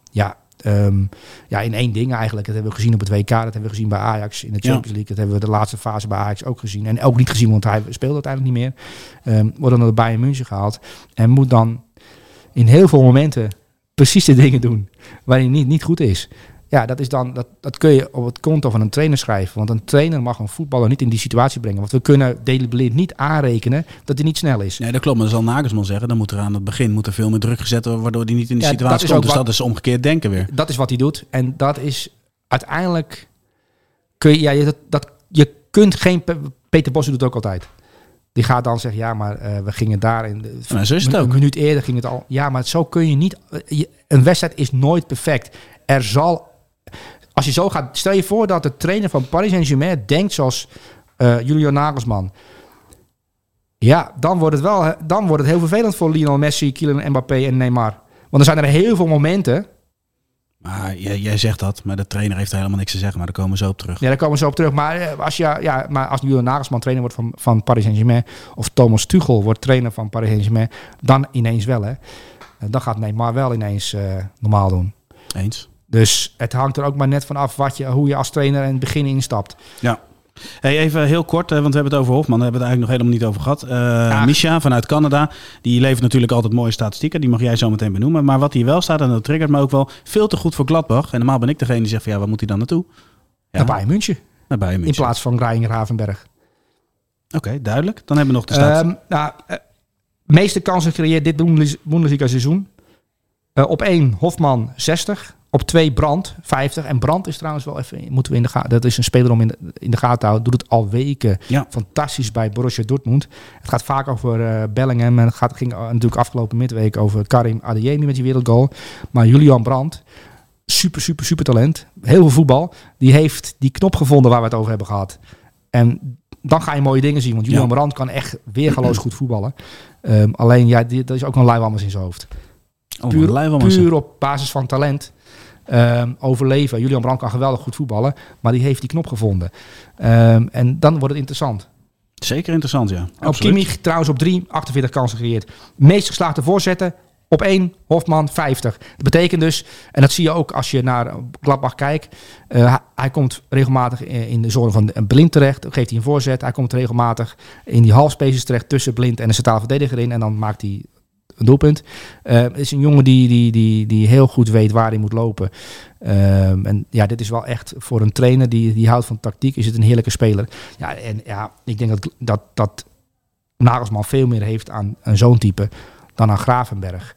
in 1 ding eigenlijk. Dat hebben we gezien op het WK. Dat hebben we gezien bij Ajax in de Champions League. Dat hebben we de laatste fase bij Ajax ook gezien. En ook niet gezien, want hij speelde uiteindelijk niet meer. Wordt dan naar de Bayern München gehaald. En moet dan in heel veel momenten precies de dingen doen waar hij niet goed is. Ja, dat is dan dat kun je op het konto van een trainer schrijven. Want een trainer mag een voetballer niet in die situatie brengen. Want we kunnen Daley Blind niet aanrekenen dat hij niet snel is. Nee, dat klopt. Maar dat zal Nagelsman zeggen. Dan moet er aan het begin veel meer druk gezet worden, waardoor hij niet in die Ja, situatie dat is komt. Dus ook dat is omgekeerd denken weer. Dat is wat hij doet. En dat is uiteindelijk... Je kunt geen... Peter Bos doet het ook altijd. Die gaat dan zeggen, ja, maar we gingen daar... Nou, zo is het ook. Een minuut eerder ging het al... Ja, maar zo kun je niet... Een wedstrijd is nooit perfect. Er zal... Als je zo gaat... Stel je voor dat de trainer van Paris Saint-Germain denkt zoals Julian Nagelsman. Ja, dan wordt het heel vervelend voor Lionel Messi, Kylian Mbappé en Neymar. Want er zijn er heel veel momenten... Maar jij zegt dat, maar de trainer heeft er helemaal niks te zeggen. Maar daar komen we zo op terug. Ja, daar komen we zo op terug. Maar als Julian Nagelsman trainer wordt van Paris Saint-Germain... of Thomas Tuchel wordt trainer van Paris Saint-Germain... dan ineens wel, hè. Dan gaat Neymar wel ineens normaal doen. Eens. Dus het hangt er ook maar net van af hoe je als trainer in het begin instapt. Ja. Hey, even heel kort, want we hebben het over Hofman. Daar hebben we het eigenlijk nog helemaal niet over gehad. Misha vanuit Canada, die levert natuurlijk altijd mooie statistieken. Die mag jij zo meteen benoemen. Maar wat hier wel staat, en dat triggert me ook wel, veel te goed voor Gladbach. En normaal ben ik degene die zegt van waar moet hij dan naartoe? Ja. Naar Bayern München. Naar Bayern München. In plaats van Gravenberg. Oké, duidelijk. Dan hebben we nog de stats. Meeste kansen gecreëerd dit Bundesliga seizoen. Op 1 Hofman 60. Op 2 Brandt 50. En Brandt is trouwens wel even... Moeten we in de gaten. Dat is een speler om in de gaten te houden. Doet het al weken. Ja. Fantastisch bij Borussia Dortmund. Het gaat vaak over Bellingham. En het ging natuurlijk afgelopen midweek over Karim Adeyemi met die wereldgoal. Maar Julian Brandt, super talent. Heel veel voetbal. Die heeft die knop gevonden waar we het over hebben gehad. En dan ga je mooie dingen zien. Want Julian Brandt kan echt weergaloos goed voetballen. Alleen, dat is ook een luiwammers in zijn hoofd. Puur op basis van talent overleven. Julian Brandt kan geweldig goed voetballen, maar die heeft die knop gevonden. En dan wordt het interessant. Zeker interessant, ja. Op Kimmich trouwens op 3, 48 kansen gecreëerd. Meest geslaagde voorzetten op 1, Hofman 50. Dat betekent dus, en dat zie je ook als je naar Gladbach kijkt, hij komt regelmatig in de zone van Blind terecht, geeft hij een voorzet. Hij komt regelmatig in die halfspaces terecht tussen Blind en de centrale verdediger in en dan maakt hij een doelpunt. Het is een jongen die heel goed weet waar hij moet lopen. En ja, dit is wel echt voor een trainer die houdt van tactiek, is het een heerlijke speler. Ja, en ja, ik denk dat Nagelsman veel meer heeft aan zo'n type dan aan Gravenberg.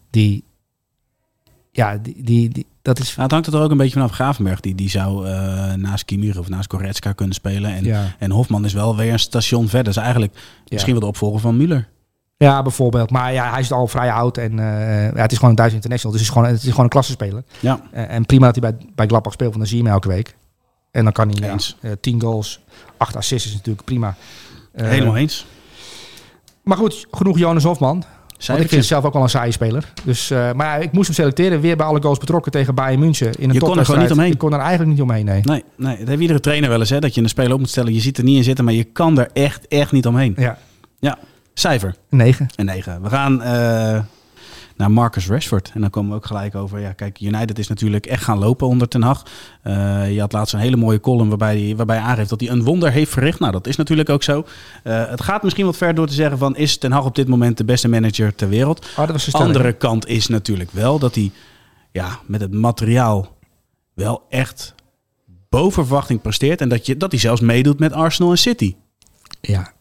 Dat is... Nou, het hangt er ook een beetje vanaf. Gravenberg, die zou naast Kimmich of naast Goretzka kunnen spelen. En Hofman is wel weer een station verder. Dus eigenlijk misschien wel de opvolger van Müller. Ja, bijvoorbeeld. Maar ja, hij is al vrij oud en het is gewoon een Duits international. Dus het is gewoon een klassenspeler. Ja. En prima dat hij bij Gladbach speelt, want dan zie je hem elke week. En dan kan hij 10 goals, 8 assists is natuurlijk prima. Helemaal eens. Maar goed, genoeg Jonas Hofman. Want ik vind het zelf ook wel een saaie speler. Dus, maar ja, ik moest hem selecteren. Weer bij alle goals betrokken tegen Bayern München. In een je kon er gewoon niet omheen. Ik kon er eigenlijk niet omheen, nee. Nee, dat heeft iedere trainer wel eens. Hè, dat je een speler op moet stellen. Je ziet er niet in zitten, maar je kan er echt niet omheen. Ja. Cijfer? 9. Een 9. We gaan naar Marcus Rashford. En dan komen we ook gelijk over... Ja, kijk, United is natuurlijk echt gaan lopen onder Ten Hag. Je had laatst een hele mooie column waarbij hij aangeeft dat hij een wonder heeft verricht. Nou, dat is natuurlijk ook zo. Het gaat misschien wat ver door te zeggen van... Is Ten Hag op dit moment de beste manager ter wereld? De andere kant is natuurlijk wel dat hij met het materiaal wel echt boven verwachting presteert. En dat hij zelfs meedoet met Arsenal en City. Ja.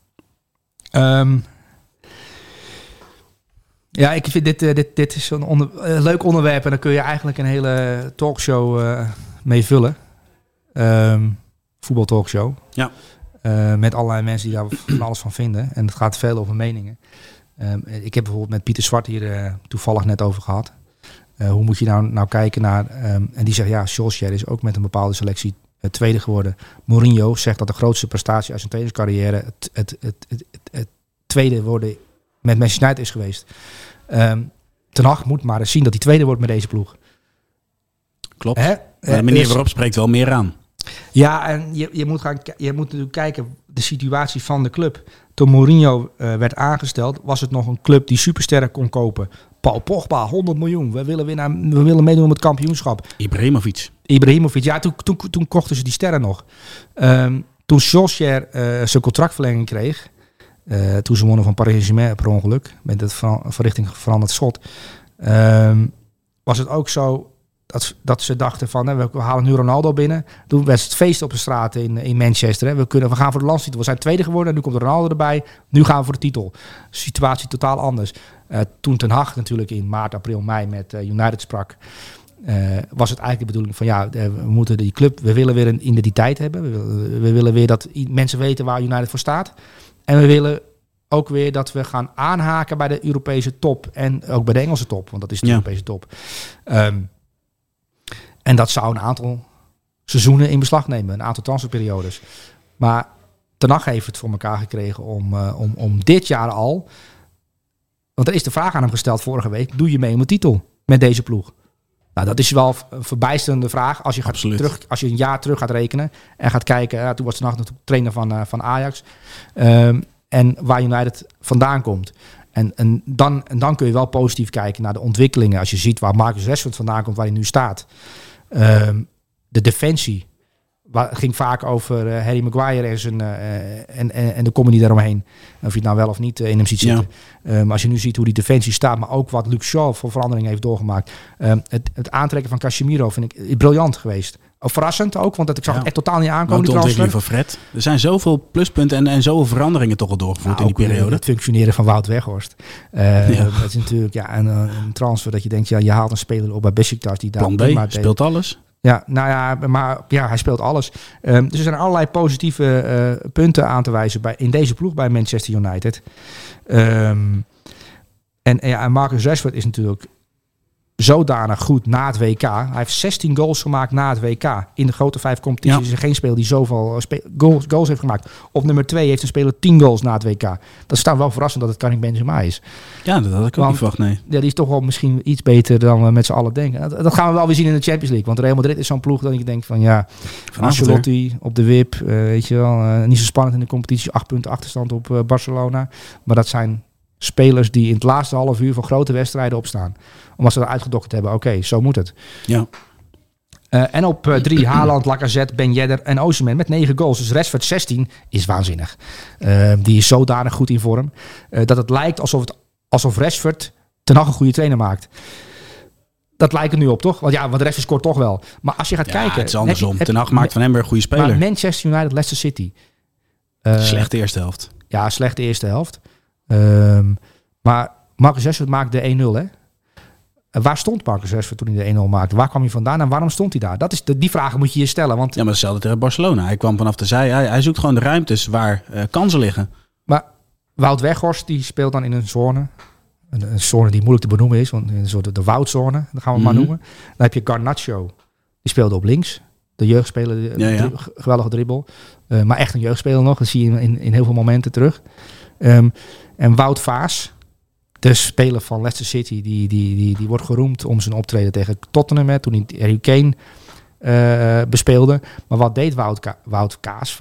Ja, ik vind dit is een leuk onderwerp en daar kun je eigenlijk een hele talkshow mee vullen. Voetbaltalkshow. Ja. Met allerlei mensen die daar van alles van vinden. En het gaat veel over meningen. Ik heb bijvoorbeeld met Pieter Zwart hier toevallig net over gehad. Hoe moet je nou kijken naar... en die zegt, Solskjaer is ook met een bepaalde selectie tweede geworden. Mourinho zegt dat de grootste prestatie uit zijn trainerscarrière het tweede worden met Manchester United is geweest. Ten Hag moet maar eens zien dat hij tweede wordt met deze ploeg. Klopt. Maar de manier waarop spreekt wel meer aan. Ja, en je moet natuurlijk kijken de situatie van de club. Toen Mourinho werd aangesteld, was het nog een club die supersterren kon kopen. Paul Pogba, 100 miljoen. We willen meedoen om het kampioenschap. Ibrahimovic. Ja, toen kochten ze die sterren nog. Toen Solskjaer zijn contractverlenging kreeg... toen ze wonnen van Paris Saint-Germain per ongeluk, met het van richting veranderd schot, was het ook zo dat ze dachten van, we halen nu Ronaldo binnen. Toen was het feest op de straat in Manchester. Hè. We gaan voor de landstitel. We zijn tweede geworden en nu komt Ronaldo erbij. Nu gaan we voor de titel. Situatie totaal anders. Toen Ten Hag natuurlijk in maart, april, mei met United sprak, was het eigenlijk de bedoeling van we moeten die club, we willen weer een identiteit hebben. We willen weer dat mensen weten waar United voor staat. En we willen ook weer dat we gaan aanhaken bij de Europese top en ook bij de Engelse top, want dat is de Europese top. En dat zou een aantal seizoenen in beslag nemen, een aantal transferperiodes. Maar Ten Hag heeft het voor elkaar gekregen om dit jaar al, want er is de vraag aan hem gesteld vorige week, doe je mee om de titel met deze ploeg? Nou, dat is wel een verbijsterende vraag als je een jaar terug gaat rekenen en gaat kijken. Toen was Ten Hag natuurlijk trainer van Ajax. En waar United vandaan komt. En dan kun je wel positief kijken naar de ontwikkelingen. Als je ziet waar Marcus Rashford vandaan komt, waar hij nu staat. De defensie. Het ging vaak over Harry Maguire en de comedy daaromheen. Of je het nou wel of niet in hem ziet zitten. Maar als je nu ziet hoe die defensie staat, maar ook wat Luke Shaw voor verandering heeft doorgemaakt. Het aantrekken van Casemiro vind ik briljant geweest. Verrassend ook, want ik zag het echt totaal niet aankomen. De ontwikkeling van Fred. Er zijn zoveel pluspunten en zoveel veranderingen toch al doorgevoerd in die periode. Het functioneren van Wout Weghorst. Dat is natuurlijk een transfer dat je denkt, je haalt een speler op bij Beşiktaş die daar Plan B, speelt alles. Ja, maar hij speelt alles. Dus er zijn allerlei positieve punten aan te wijzen in deze ploeg bij Manchester United. En Marcus Rashford is natuurlijk zodanig goed na het WK. Hij heeft 16 goals gemaakt na het WK. In de grote 5 competities is er geen speler die zoveel goals heeft gemaakt. Op nummer 2 heeft een speler 10 goals na het WK. Dat staat wel verrassend dat het Karim Benzema is. Ja, dat had ik ook niet verwacht, nee. Ja, die is toch wel misschien iets beter dan we met z'n allen denken. Dat gaan we wel weer zien in de Champions League. Want Real Madrid is zo'n ploeg dat je denkt van Ancelotti op de wip. Weet je wel, niet zo spannend in de competitie. 8 punten achterstand op Barcelona. Maar dat zijn spelers die in het laatste half uur van grote wedstrijden opstaan. Omdat ze eruit gedokterd hebben. Oké, zo moet het. Ja. En op 3 Haaland, Lacazette, Ben Yedder en Osimhen met 9 goals. Dus Rashford 16 is waanzinnig. Die is zodanig goed in vorm. Dat het lijkt alsof Rashford Ten Hag een goede trainer maakt. Dat lijkt er nu op, toch? Want Rashford scoort toch wel. Maar als je gaat kijken... het is andersom. Ten Hag maakt van hem weer een goede speler. Maar Manchester United, Leicester City. Slechte eerste helft. Ja, slechte eerste helft. Maar Marcus Rashford maakte de 1-0, hè? Waar stond Marcus Rashford toen hij de 1-0 maakte? Waar kwam hij vandaan en waarom stond hij daar? Die vragen moet je je stellen. Want... Ja, maar hetzelfde tegen Barcelona. Hij kwam vanaf de zij. Hij zoekt gewoon de ruimtes waar kansen liggen. Maar Wout Weghorst die speelt dan in een zone. Een zone die moeilijk te benoemen is. Want een soort de Woudzone, dat gaan we maar noemen. Dan heb je Garnacho. Die speelde op links. De jeugdspeler, geweldige dribbel. Maar echt een jeugdspeler nog. Dat zie je in heel veel momenten terug. En Wout Vaas, de speler van Leicester City, die wordt geroemd om zijn optreden tegen Tottenham, toen hij Harry Kane bespeelde. Maar wat deed Wout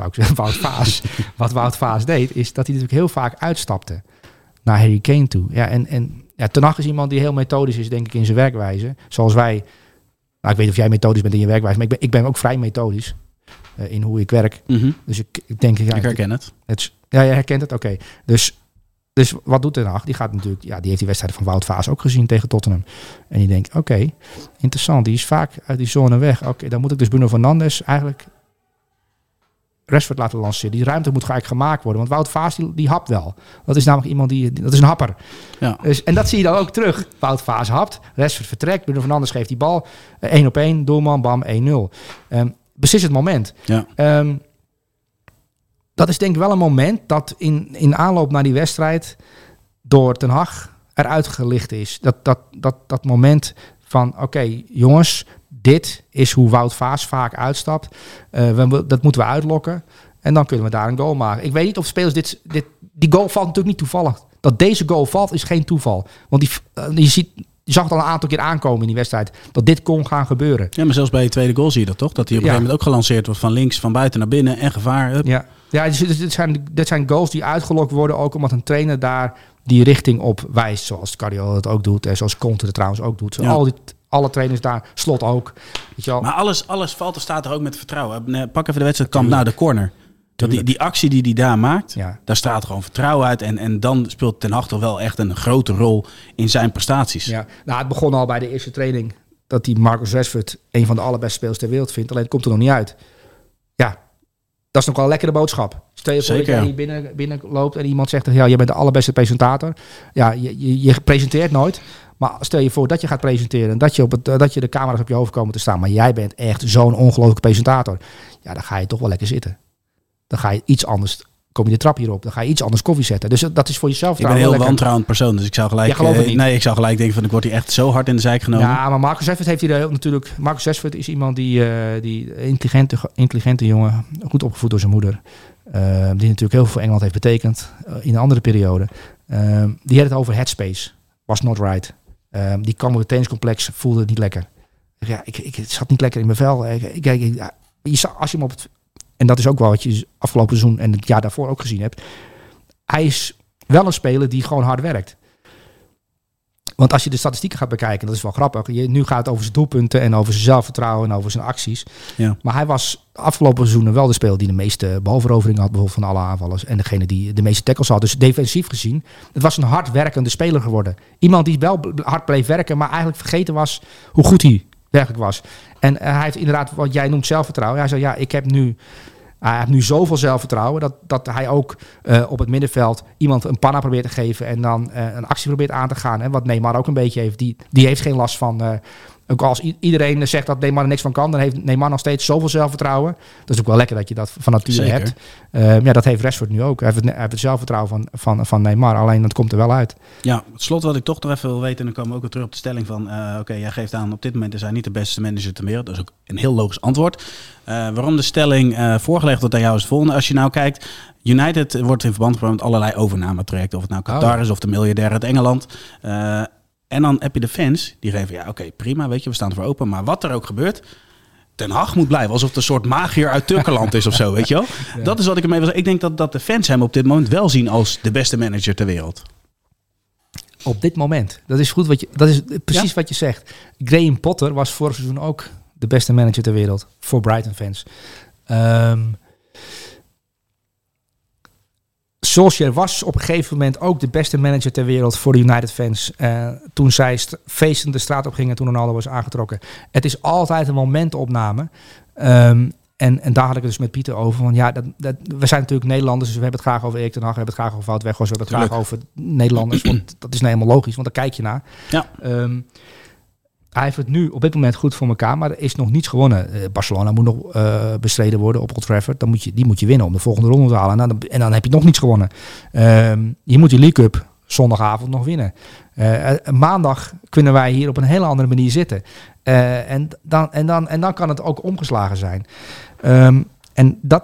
Vaas deed, is dat hij natuurlijk heel vaak uitstapte naar Harry Kane toe. Ja, en Ten Hag is iemand die heel methodisch is, denk ik, in zijn werkwijze. Zoals wij, ik weet of jij methodisch bent in je werkwijze, maar ik ben ook vrij methodisch in hoe ik werk. Mm-hmm. Dus ik denk... ik herken het. Ja, jij herkent het? Oké. Dus wat doet Ten Hag? Die gaat natuurlijk, die heeft die wedstrijd van Wout Vaas ook gezien tegen Tottenham. En die denkt, oké, interessant. Die is vaak uit die zone weg. Oké, dan moet ik dus Bruno Fernandes eigenlijk Rashford laten lanceren. Die ruimte moet eigenlijk gemaakt worden. Want Wout Vaas, die hapt wel. Dat is namelijk iemand dat is een happer. Ja. Dus, en dat zie je dan ook terug. Wout Vaas hapt, Rashford vertrekt, Bruno Fernandes geeft die bal. 1-op-1, doelman, bam, 1-0. Precies het moment. Ja. Dat is denk ik wel een moment dat in aanloop naar die wedstrijd door Ten Hag eruit gelicht is. Dat moment van oké, jongens, dit is hoe Wout Vaas vaak uitstapt. Dat moeten we uitlokken. En dan kunnen we daar een goal maken. Ik weet niet of spelers die goal valt natuurlijk niet toevallig. Dat deze goal valt is geen toeval. Want je zag het al een aantal keer aankomen in die wedstrijd. Dat dit kon gaan gebeuren. Ja, maar zelfs bij je tweede goal zie je dat toch? Dat hij op een gegeven moment ook gelanceerd wordt van links, van buiten naar binnen en gevaar. Up. Ja, dit zijn goals die uitgelokt worden ook omdat een trainer daar die richting op wijst. Zoals Guardiola het ook doet en zoals Conte het trouwens ook doet. Alle trainers daar, Slot ook. Weet je wel. Maar alles valt of staat er ook met vertrouwen. Pak even de wedstrijd Camp Nou, de corner. Die actie die hij daar maakt, daar straalt gewoon vertrouwen uit. En dan speelt Ten Hag toch wel echt een grote rol in zijn prestaties. Ja, het begon al bij de eerste training dat hij Marcus Rashford een van de allerbeste spelers ter wereld vindt. Alleen het komt er nog niet uit. Ja, dat is nog wel een lekkere boodschap. Stel je voor dat jij hier binnen loopt en iemand zegt... ja, jij bent de allerbeste presentator. Ja, je presenteert nooit. Maar stel je voor dat je gaat presenteren... en dat je de camera's op je hoofd komen te staan... maar jij bent echt zo'n ongelooflijke presentator. Ja, dan ga je toch wel lekker zitten. Dan ga je iets anders... kom je de trap hierop, dan ga je iets anders koffie zetten. Dus dat is voor jezelf. Ik ben een heel wantrouwend persoon, dus ik zou gelijk... ik zou gelijk denken van ik word hier echt zo hard in de zijk genomen. Ja, maar Marcus Rashford heeft hier natuurlijk... Marcus Rashford is iemand die intelligente jongen, goed opgevoed door zijn moeder. Die natuurlijk heel veel voor Engeland heeft betekend in een andere periode. Die had het over headspace. Was not right. Die kwam op het tenniscomplex, voelde het niet lekker. Ja, ik zat niet lekker in mijn vel. Als je hem op het... En dat is ook wel wat je afgelopen seizoen en het jaar daarvoor ook gezien hebt. Hij is wel een speler die gewoon hard werkt. Want als je de statistieken gaat bekijken, dat is wel grappig. Nu gaat het over zijn doelpunten en over zijn zelfvertrouwen en over zijn acties. Ja. Maar hij was afgelopen seizoenen wel de speler die de meeste balveroveringen had, bijvoorbeeld van alle aanvallers. En degene die de meeste tackles had. Dus defensief gezien, het was een hard werkende speler geworden. Iemand die wel hard bleef werken, maar eigenlijk vergeten was hoe goed hij werkelijk was. En hij heeft inderdaad wat jij noemt zelfvertrouwen. Hij zei, ja, hij heeft nu zoveel zelfvertrouwen dat hij ook op het middenveld iemand een panna probeert te geven en dan een actie probeert aan te gaan. En wat Neymar ook een beetje heeft. Die heeft geen last van... ook als iedereen zegt dat Neymar er niks van kan, dan heeft Neymar nog steeds zoveel zelfvertrouwen. Dat is ook wel lekker dat je dat van nature hebt. Ja, dat heeft Rashford nu ook. Hij heeft het zelfvertrouwen van Neymar. Alleen dat komt er wel uit. Ja, het slot wat ik toch nog even wil weten, en dan komen we ook weer terug op de stelling van... Oké, jij geeft aan, op dit moment is hij niet de beste manager ter wereld. Dat is ook een heel logisch antwoord. Waarom de stelling voorgelegd wordt aan jou is het volgende. Als je nou kijkt, United wordt in verband gebracht met allerlei overnametrajecten. Of het nou Qatar is of de miljardair uit Engeland... En dan heb je de fans die geven, ja oké, prima, weet je, we staan ervoor open. Maar wat er ook gebeurt, Ten Hag moet blijven. Alsof het een soort magier uit Turkenland is of zo, weet je wel. Ja. Dat is wat ik ermee wil zeggen. Ik denk dat de fans hem op dit moment wel zien als de beste manager ter wereld. Op dit moment. Dat is goed dat is precies wat je zegt. Graham Potter was vorig seizoen ook de beste manager ter wereld. Voor Brighton fans. Solskjaer was op een gegeven moment ook de beste manager ter wereld voor de United fans. Toen zij feestend de straat op gingen toen Ronaldo was aangetrokken. Het is altijd een momentopname. En daar had ik het dus met Pieter over. Want ja, we zijn natuurlijk Nederlanders, dus we hebben het graag over Erik ten Hag, we hebben het graag over Wout Weghorst, we hebben het graag over Nederlanders. Want dat is nou helemaal logisch, want daar kijk je naar. Ja. Hij heeft het nu op dit moment goed voor elkaar, maar er is nog niets gewonnen. Barcelona moet nog bestreden worden op Old Trafford. Die moet je winnen om de volgende ronde te halen. En dan heb je nog niets gewonnen. Je moet die League Cup zondagavond nog winnen. Maandag kunnen wij hier op een hele andere manier zitten. En dan kan het ook omgeslagen zijn. En dat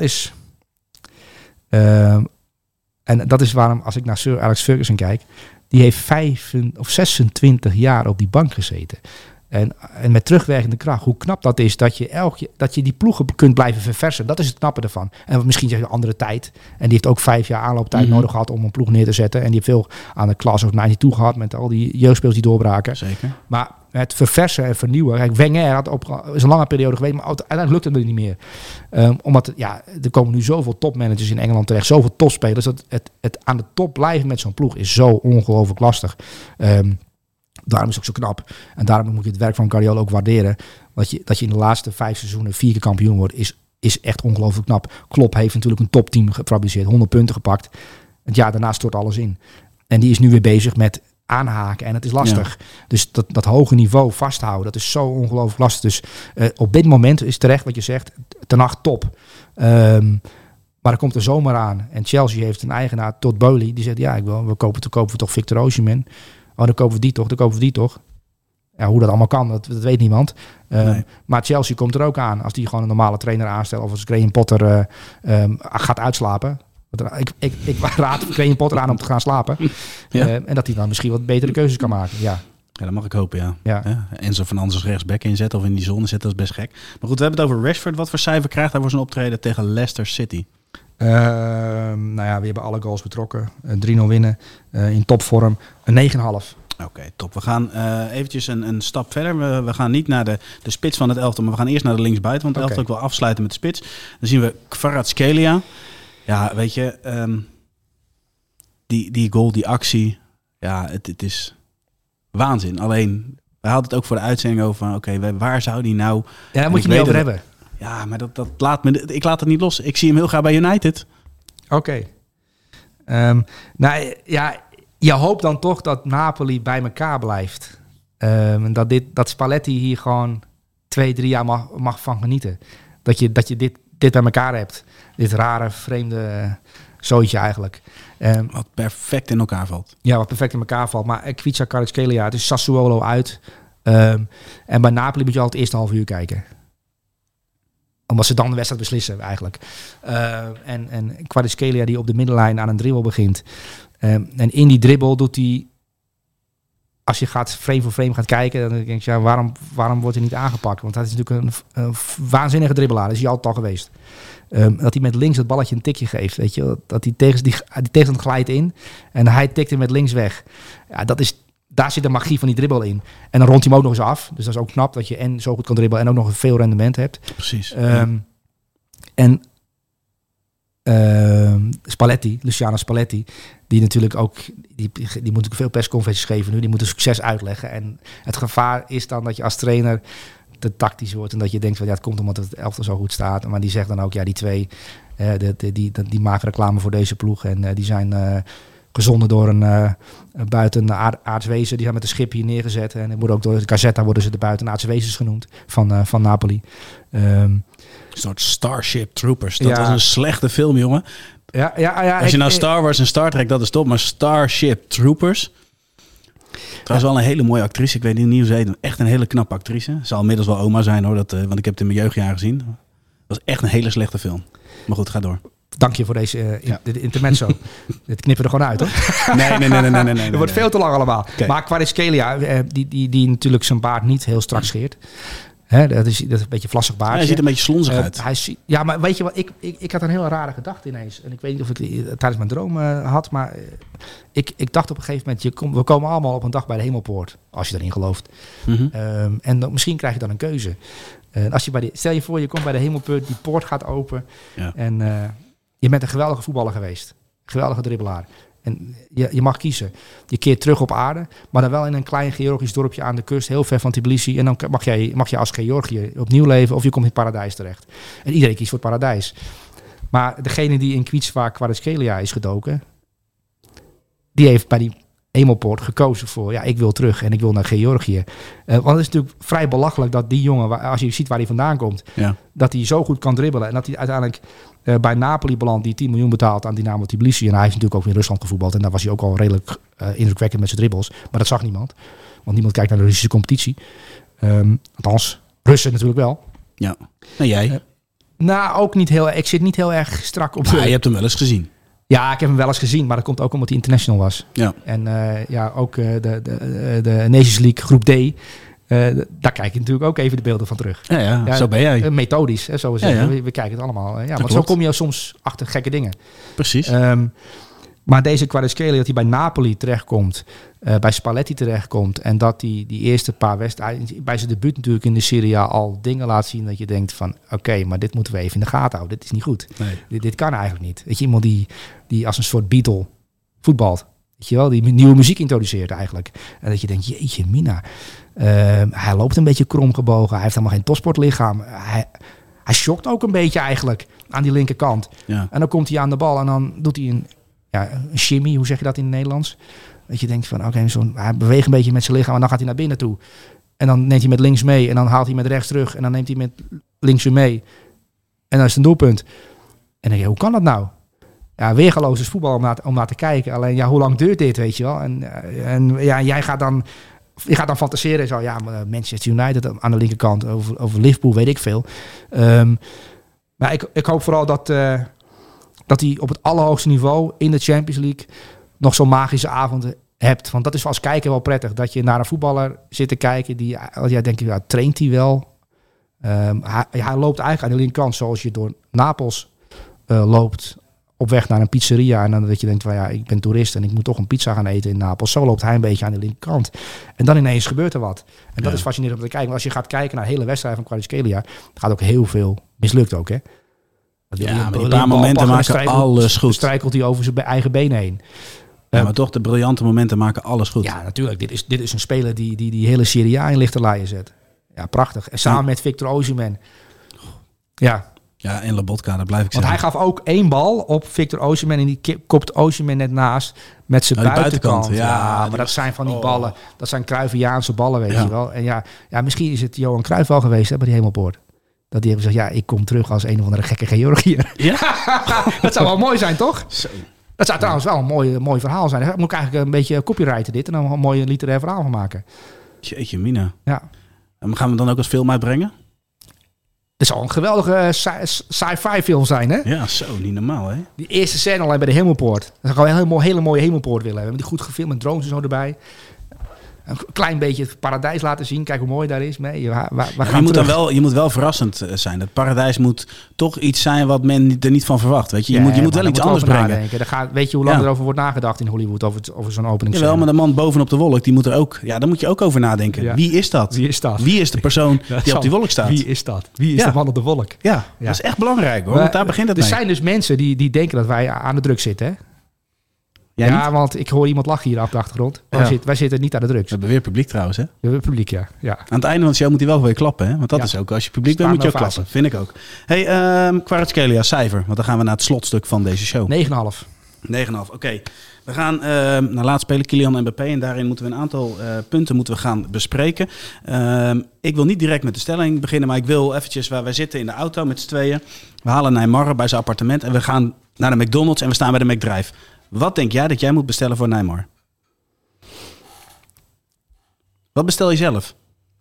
is waarom, als ik naar Sir Alex Ferguson kijk, die heeft 26 jaar op die bank gezeten. En met terugwerkende kracht, hoe knap dat is dat je die ploegen kunt blijven verversen. Dat is het knappe ervan. En misschien zeg je andere tijd. En die heeft ook 5 jaar aanlooptijd nodig gehad om een ploeg neer te zetten. En die heeft veel aan de Class of 92 gehad met al die jeugdspelers die doorbraken. Zeker. Maar het verversen en vernieuwen. Kijk, Wenger is een lange periode geweest, maar uiteindelijk lukte het niet meer. Omdat er komen nu zoveel topmanagers in Engeland terecht, zoveel topspelers. Dat het aan de top blijven met zo'n ploeg is zo ongelooflijk lastig. Daarom is het ook zo knap. En daarom moet je het werk van Guardiola ook waarderen. Dat je in de laatste 5 seizoenen 4 keer kampioen wordt, is echt ongelooflijk knap. Klopp heeft natuurlijk een topteam gefabriceerd, 100 punten gepakt. Het jaar daarna stort alles in. En die is nu weer bezig met aanhaken en het is lastig. Ja. Dus dat hoge niveau vasthouden, dat is zo ongelooflijk lastig. Dus op dit moment is terecht wat je zegt, Ten Hag top. Maar er komt er zomaar aan. En Chelsea heeft een eigenaar, Todd Boehly, die zegt, ja, we kopen toch Victor Osimhen. Oh, dan kopen we die toch. Ja, hoe dat allemaal kan, dat weet niemand. Maar Chelsea komt er ook aan. Als die gewoon een normale trainer aanstelt, of als Graham Potter gaat uitslapen. Ik raad Graham Potter aan om te gaan slapen. Ja. En dat hij dan misschien wat betere keuzes kan maken. Ja. Ja, dat mag ik hopen, ja. Enzo Fernandes als rechtsback inzetten of in die zone zetten, dat is best gek. Maar goed, we hebben het over Rashford. Wat voor cijfer krijgt hij voor zijn optreden tegen Leicester City? We hebben alle goals betrokken. 3-0 winnen. In topvorm. Een 9,5. Oké, top. We gaan eventjes een stap verder. We gaan niet naar de spits van het elftal, maar we gaan eerst naar de linksbuiten. Want het elftal ook wel afsluiten met de spits. Dan zien we Kvaratskhelia. Ja, weet je, die goal, die actie. Ja, het is waanzin. Alleen, We hadden het ook voor de uitzending over van... Oké, waar zou die nou... Ja, daar moet je niet over hebben. Ja, maar ik laat het niet los. Ik zie hem heel graag bij United. Oké. Nou ja, je hoopt dan toch dat Napoli bij elkaar blijft. En dat Spalletti hier gewoon 2-3 jaar mag van genieten. Dat je dit bij elkaar hebt. Dit rare, vreemde zootje eigenlijk. Wat perfect in elkaar valt. Ja, wat perfect in elkaar valt. Maar Kvicha Kvaratskhelia, het is Sassuolo uit. En bij Napoli moet je al het eerste half uur kijken. Omdat ze dan de wedstrijd beslissen eigenlijk. En Kvaratskhelia die op de middenlijn aan een dribbel begint. En in die dribbel doet hij... Als je frame voor frame gaat kijken, dan denk je, ja, waarom wordt hij niet aangepakt? Want hij is natuurlijk een waanzinnige dribbelaar. Dat is hij altijd al geweest. Dat hij met links het balletje een tikje geeft. Weet je? Dat hij tegenstander glijdt in. En hij tikt hem met links weg. Ja, daar zit de magie van die dribbel in. En dan rondt hij hem ook nog eens af. Dus dat is ook knap dat je en zo goed kan dribbelen en ook nog veel rendement hebt. Precies. En Luciano Spalletti, die natuurlijk ook, die moet natuurlijk veel persconferenties geven nu. Die moet een succes uitleggen. En het gevaar is dan dat je als trainer te tactisch wordt en dat je denkt van ja, het komt omdat het elftal zo goed staat. Maar die zegt dan ook, ja, die twee, die maken reclame voor deze ploeg en die zijn gezonden door een buitenaards wezen. Die zijn met een schip hier neergezet. En het wordt ook door de Gazzetta worden ze de buitenaardse wezens genoemd van Napoli. Een soort Starship Troopers. Dat was een slechte film, jongen. Ja, als je Star Wars en Star Trek, dat is top. Maar Starship Troopers... Trouwens wel een hele mooie actrice. Ik weet niet hoe ze heet. Echt een hele knappe actrice. Zal inmiddels wel oma zijn, hoor. Want ik heb het in mijn jeugdjaren gezien. Dat was echt een hele slechte film. Maar goed, ga door. Dank je voor deze intermezzo. Dit knippen we er gewoon uit, hoor. Nee. Het wordt veel te lang allemaal. Okay. Maar Kvaratskhelia, die natuurlijk zijn baard niet heel strak scheert. Hè, dat is een beetje vlassig baardje. Hij ziet een beetje slonzig uit. Maar weet je wat? Ik had een heel rare gedachte ineens. En ik weet niet of ik het tijdens mijn droom had. Maar ik dacht op een gegeven moment... We komen allemaal op een dag bij de hemelpoort. Als je erin gelooft. Mm-hmm. En misschien krijg je dan een keuze. Als je stel je voor, je komt bij de hemelpoort. Die poort gaat open. Ja. En je bent een geweldige voetballer geweest. Geweldige dribbelaar. En je mag kiezen. Je keert terug op aarde, maar dan wel in een klein Georgisch dorpje aan de kust, heel ver van Tbilisi. En dan mag je als Georgië opnieuw leven of je komt in het paradijs terecht. En iedereen kiest voor het paradijs. Maar degene die in Kvaratskhelia is gedoken, die heeft bij die hemelpoort gekozen voor, ja, ik wil terug en ik wil naar Georgië. Want het is natuurlijk vrij belachelijk dat die jongen, als je ziet waar hij vandaan komt, dat hij zo goed kan dribbelen en dat hij uiteindelijk bij Napoli belandt, die 10 miljoen betaalt aan Dynamo Tbilisi. En hij heeft natuurlijk ook in Rusland gevoetbald en daar was hij ook al redelijk indrukwekkend met zijn dribbles. Maar dat zag niemand, want niemand kijkt naar de Russische competitie. Althans, Russen natuurlijk wel. Ja, en jij? Nou, ook niet heel. Ik zit niet heel erg strak op. Maar je hebt hem wel eens gezien. Ja, ik heb hem wel eens gezien, maar dat komt ook omdat hij international was. Ja. En ook de Nations League groep D, daar kijk je natuurlijk ook even de beelden van terug. Ja, zo ben jij. Methodisch, hè, zo we zeggen. Ja. We kijken het allemaal. Want zo kom je soms achter gekke dingen. Precies. Maar deze Kvaratskhelia, dat hij bij Napoli terechtkomt, bij Spalletti terechtkomt en dat die eerste paar wedstrijden, bij zijn debuut natuurlijk in de Serie A al dingen laat zien dat je denkt van oké, maar dit moeten we even in de gaten houden. Dit is niet goed. Nee. Dit kan eigenlijk niet. Weet je, iemand die als een soort Beatle voetbalt. Weet je wel, die nieuwe muziek introduceert eigenlijk. En dat je denkt, jeetje mina. Hij loopt een beetje kromgebogen. Hij heeft helemaal geen topsportlichaam. Hij shockt ook een beetje eigenlijk aan die linkerkant. Ja. En dan komt hij aan de bal en dan doet hij een shimmy. Hoe zeg je dat in het Nederlands? Dat je denkt van, hij beweegt een beetje met zijn lichaam en dan gaat hij naar binnen toe. En dan neemt hij met links mee en dan haalt hij met rechts terug. En dan neemt hij met links weer mee. En dan is het een doelpunt. En dan denk je, hoe kan dat nou? Ja, weergaloos is voetbal om naar te kijken. Alleen, hoe lang duurt dit, weet je wel? En jij gaat dan fantaseren. Zo, Manchester United aan de linkerkant. Over Liverpool, weet ik veel. Maar ik hoop vooral dat hij op het allerhoogste niveau in de Champions League nog zo'n magische avonden hebt. Want dat is als kijker wel prettig. Dat je naar een voetballer zit te kijken die, denk je, traint hij wel? Hij loopt eigenlijk aan de linkerkant zoals je door Napels loopt op weg naar een pizzeria. En dan dat je denkt van ik ben toerist en ik moet toch een pizza gaan eten in Napels. Zo loopt hij een beetje aan de linkerkant. En dan ineens gebeurt er wat. En dat is fascinerend om te kijken. Want als je gaat kijken naar de hele wedstrijd van Kvaratskhelia, gaat ook heel veel mislukt ook, hè? Maar die paar momenten maken alles goed. Strijkelt hij over zijn eigen benen heen. Ja, maar toch, de briljante momenten maken alles goed. Ja, natuurlijk. Dit is een speler die hele Serie A in lichte laaien zet. Ja, prachtig. En samen met Victor Osimhen. Ja. Ja, en Lobotka, dat blijf ik Want zeggen. hij gaf ook 1 bal op Victor Osimhen en die kopt Osimhen net naast met zijn buitenkant. Ja, maar dat zijn van die ballen. Dat zijn Cruyffiaanse ballen, weet je wel. En ja, misschien is het Johan Cruijff wel geweest bij die Hemelpoort. Dat die hebben gezegd, ik kom terug als een of andere gekke Georgiër. Ja? Dat zou wel mooi zijn, toch? Zo. Dat zou trouwens wel een mooi verhaal zijn. Daar moet ik eigenlijk een beetje copyrighten dit en dan een mooi literair verhaal van maken. Jeetje, Mina. Ja. En gaan we dan ook als film uitbrengen? Het zal een geweldige sci-fi film zijn, hè? Ja, zo, niet normaal, hè? Die eerste scène alleen bij de Hemelpoort. Dan zou ik wel een hele mooie Hemelpoort willen hebben. Met die goed gefilmd met drones en zo erbij. Een klein beetje het paradijs laten zien. Kijk hoe mooi daar is. Nee, je moet wel verrassend zijn. Het paradijs moet toch iets zijn wat men er niet van verwacht. Weet je, je moet wel iets anders brengen. Weet je hoe lang erover wordt nagedacht in Hollywood over zo'n opening? Jawel, maar de man bovenop de wolk, die moet er ook... Ja, daar moet je ook over nadenken. Ja. Wie is dat? Wie is de persoon die op die wolk staat? Wie is dat? Wie is de man op de wolk? Ja, dat is echt belangrijk, hoor. Want daar begint het mee. Er zijn dus mensen die denken dat wij aan de druk zitten, hè? Ja, want ik hoor iemand lachen hier op de achtergrond. Wij zitten niet aan de drugs. We hebben weer publiek trouwens, hè? We hebben publiek, ja. Aan het einde van de show moet hij wel weer klappen, hè? Want dat is ook, als je publiek bent, moet je ook klappen. Vind ik ook. Hey, Kvaratskhelia, cijfer. Want dan gaan we naar het slotstuk van deze show. 9,5. 9,5, oké. We gaan naar laat spelen Kylian Mbappé. En daarin moeten we een aantal punten gaan bespreken. Ik wil niet direct met de stelling beginnen. Maar ik wil eventjes, waar wij zitten in de auto met z'n tweeën. We halen Neymar bij zijn appartement. En we gaan naar de McDonald's en we staan bij de McDrive. Wat denk jij dat jij moet bestellen voor Neymar? Wat bestel je zelf?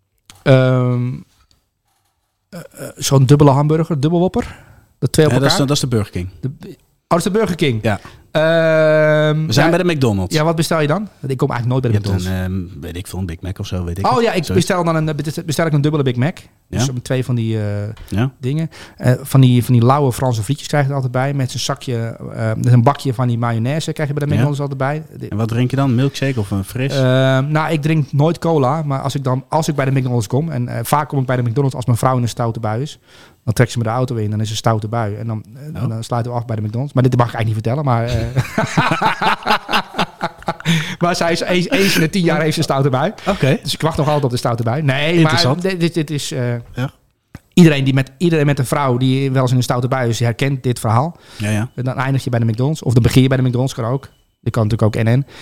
Zo'n dubbele hamburger, dubbelwopper. Dat twee op elkaar. Dat is de Burger King. Dat is de Burger King. Ja. We zijn bij de McDonald's. Ja, wat bestel je dan? Ik kom eigenlijk nooit bij de McDonald's. Weet ik veel, een Big Mac of zo. Weet ik ik bestel dan een dubbele Big Mac. Dus met 2 van die dingen. Van die lauwe Franse frietjes krijg je er altijd bij. Met een zakje, met een bakje van die mayonaise krijg je bij de McDonald's altijd bij. En wat drink je dan? Milkshake of een fris? Ik drink nooit cola. Maar als ik bij de McDonald's kom, en vaak kom ik bij de McDonald's als mijn vrouw in een stoute bui is. Dan trekt ze me de auto in, dan is een stoute bui. En dan sluiten we af bij de McDonald's. Maar dit mag ik eigenlijk niet vertellen, maar... maar zij is eens in de 10 jaar heeft ze een stoute bui. Okay. Dus ik wacht nog altijd op de stoute bui. Nee, interessant. Maar dit is... Iedereen met een vrouw die wel eens in een stoute bui is, die herkent dit verhaal. Ja. En dan eindig je bij de McDonald's. Of dan begin je bij de McDonald's, kan ook. Dat kan natuurlijk ook NN.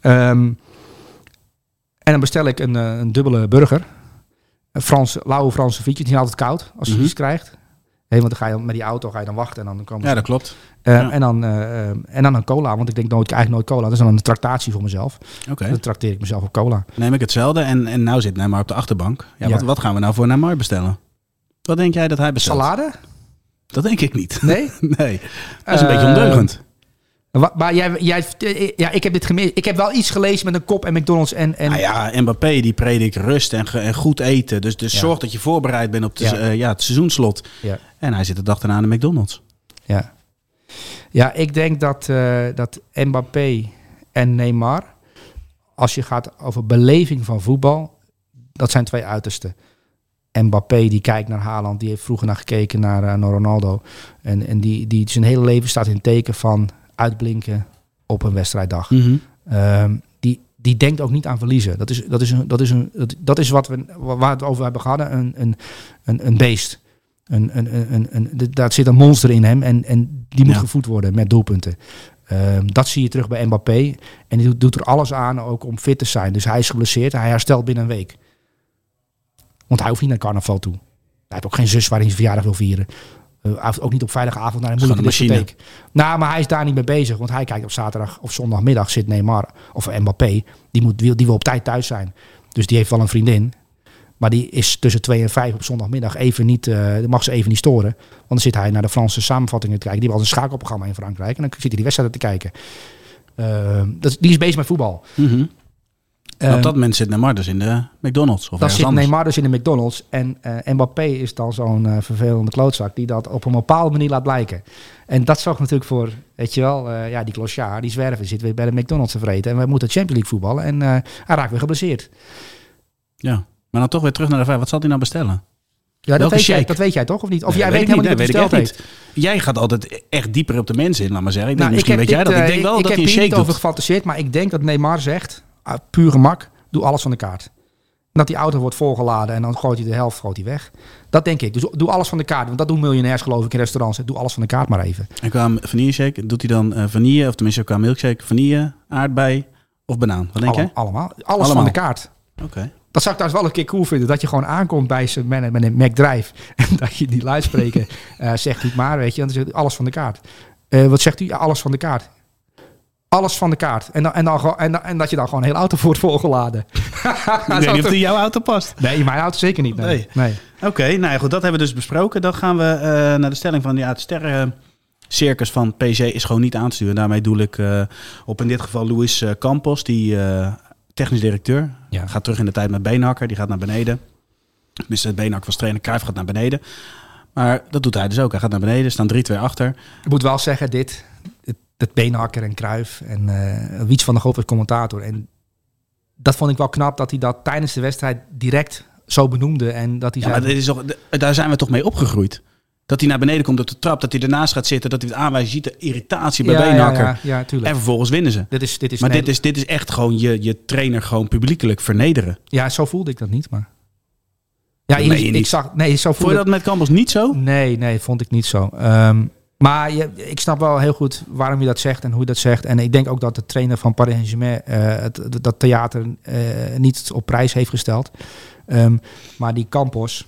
En dan bestel ik een dubbele burger. Lauwe Franse frietjes, die zijn altijd koud als je iets krijgt. Want dan ga je met die auto dan wachten en dan komen ze. Ja, dat klopt. En dan een cola, want ik denk eigenlijk nooit cola. Dat is dan een tractatie voor mezelf. Okay. Dan trakteer ik mezelf op cola. Neem ik hetzelfde en nou zit Neymar op de achterbank. Wat gaan we nou voor Neymar bestellen? Wat denk jij dat hij bestelt? Salade? Dat denk ik niet. Nee? Nee. Dat is een beetje ondeugend. Maar ik heb dit gemist. Ik heb wel iets gelezen met een kop en McDonald's en... Nou ja, Mbappé die predikt rust en goed eten. Dus zorg dat je voorbereid bent op het seizoenslot. Ja. En hij zit de dag daarna aan de McDonald's. Ja, ik denk dat Mbappé en Neymar, als je gaat over beleving van voetbal, dat zijn 2 uitersten. Mbappé die kijkt naar Haaland, die heeft vroeger naar gekeken naar Ronaldo. En die zijn hele leven staat in het teken van uitblinken op een wedstrijddag. Mm-hmm. Die denkt ook niet aan verliezen. Dat is waar we het over hebben gehad. Een beest. Daar zit een monster in hem en die moet gevoed worden met doelpunten. Dat zie je terug bij Mbappé. En die doet er alles aan ook om fit te zijn. Dus hij is geblesseerd en hij herstelt binnen een week. Want hij hoeft niet naar carnaval toe. Hij heeft ook geen zus waar hij zijn verjaardag wil vieren. Hij hoeft ook niet op vrijdagavond naar een moeilijke discotheek. Nou, maar hij is daar niet mee bezig. Want hij kijkt op zaterdag of zondagmiddag zit Neymar of Mbappé. Die wil op tijd thuis zijn. Dus die heeft wel een vriendin. Maar die is tussen 2 en 5 op zondagmiddag even niet... mag ze even niet storen. Want dan zit hij naar de Franse samenvattingen te kijken. Die hebben al een schakelprogramma in Frankrijk. En dan zit hij die wedstrijden te kijken. Die is bezig met voetbal. Mm-hmm. Op dat moment zit Neymar dus in de McDonald's. Of dan zit Neymar dus in de McDonald's. En Mbappé is dan zo'n vervelende klootzak die dat op een bepaalde manier laat blijken. En dat zorgt natuurlijk voor, weet je wel, die clochard, die zwerver, zit weer bij de McDonald's te vreten. En we moeten Champions League voetballen. En hij raakt weer geblesseerd. Ja, maar dan toch weer terug naar de vraag. Wat zal hij nou bestellen? Ja, Welke shake? dat weet jij toch, of niet? Of Nee, jij weet weet ik helemaal niet. niet Nee, wat hij weet ik gesteld echt heeft. niet. Jij gaat altijd echt dieper op de mensen in, laat maar zeggen. Ik denk, Nou, misschien weet jij dat. Ik denk wel dat hij een Ik shake heb hier niet doet. over gefantaseerd, maar ik denk dat Neymar zegt, puur gemak, doe alles van de kaart. Dat die auto wordt volgeladen en dan gooit hij de helft weg. Dat denk ik. Dus doe alles van de kaart. Want dat doen miljonairs geloof ik in restaurants. Doe alles van de kaart maar even. En qua vanille shake, doet hij dan vanille, of tenminste qua milkshake, vanille, aardbei of banaan? Wat denk jij? Allemaal. Alles van de kaart. Oké. Dat zou ik trouwens wel een keer cool vinden. Dat je gewoon aankomt bij ze met een McDrive. En dat je die luidspreker zegt niet maar, weet je. Dan zegt hij alles van de kaart. Wat zegt u? Ja, alles van de kaart. Alles van de kaart. En dat je dan gewoon een hele auto wordt volgeladen. Ik weet niet of het in jouw auto past. Nee, in mijn auto zeker niet. Nee. Oké, nou ja, goed, dat hebben we dus besproken. Dan gaan we naar de stelling van het sterrencircus van PSG is gewoon niet aan te sturen. Daarmee doe ik op in dit geval Luis Campos, die technisch directeur. Ja. Gaat terug in de tijd met Beenhakker, die gaat naar beneden. Dus Beenhakker was trainer, Cruijff gaat naar beneden. Maar dat doet hij dus ook. Hij gaat naar beneden, staan 3-2 achter. Ik moet wel zeggen, dat Beenhakker en Cruijff en Wiets van der Goop als commentator. En dat vond ik wel knap dat hij dat tijdens de wedstrijd direct zo benoemde. En dat hij Ja, zei, maar dit is toch, daar zijn we toch mee opgegroeid. Dat hij naar beneden komt op de trap, dat hij ernaast gaat zitten, dat hij het aanwijst, je ziet de irritatie bij Beenhakker. Ja, tuurlijk. En vervolgens winnen ze. Dit is echt gewoon je trainer gewoon publiekelijk vernederen. Ja, zo voelde ik dat niet, maar... Ja, Dat meen je niet. zo voelde Vond je dat met Campos niet zo? Nee, vond ik niet zo. Maar ik snap wel heel goed waarom je dat zegt en hoe je dat zegt. En ik denk ook dat de trainer van Paris Saint-Germain dat theater niet op prijs heeft gesteld. Maar die Campos,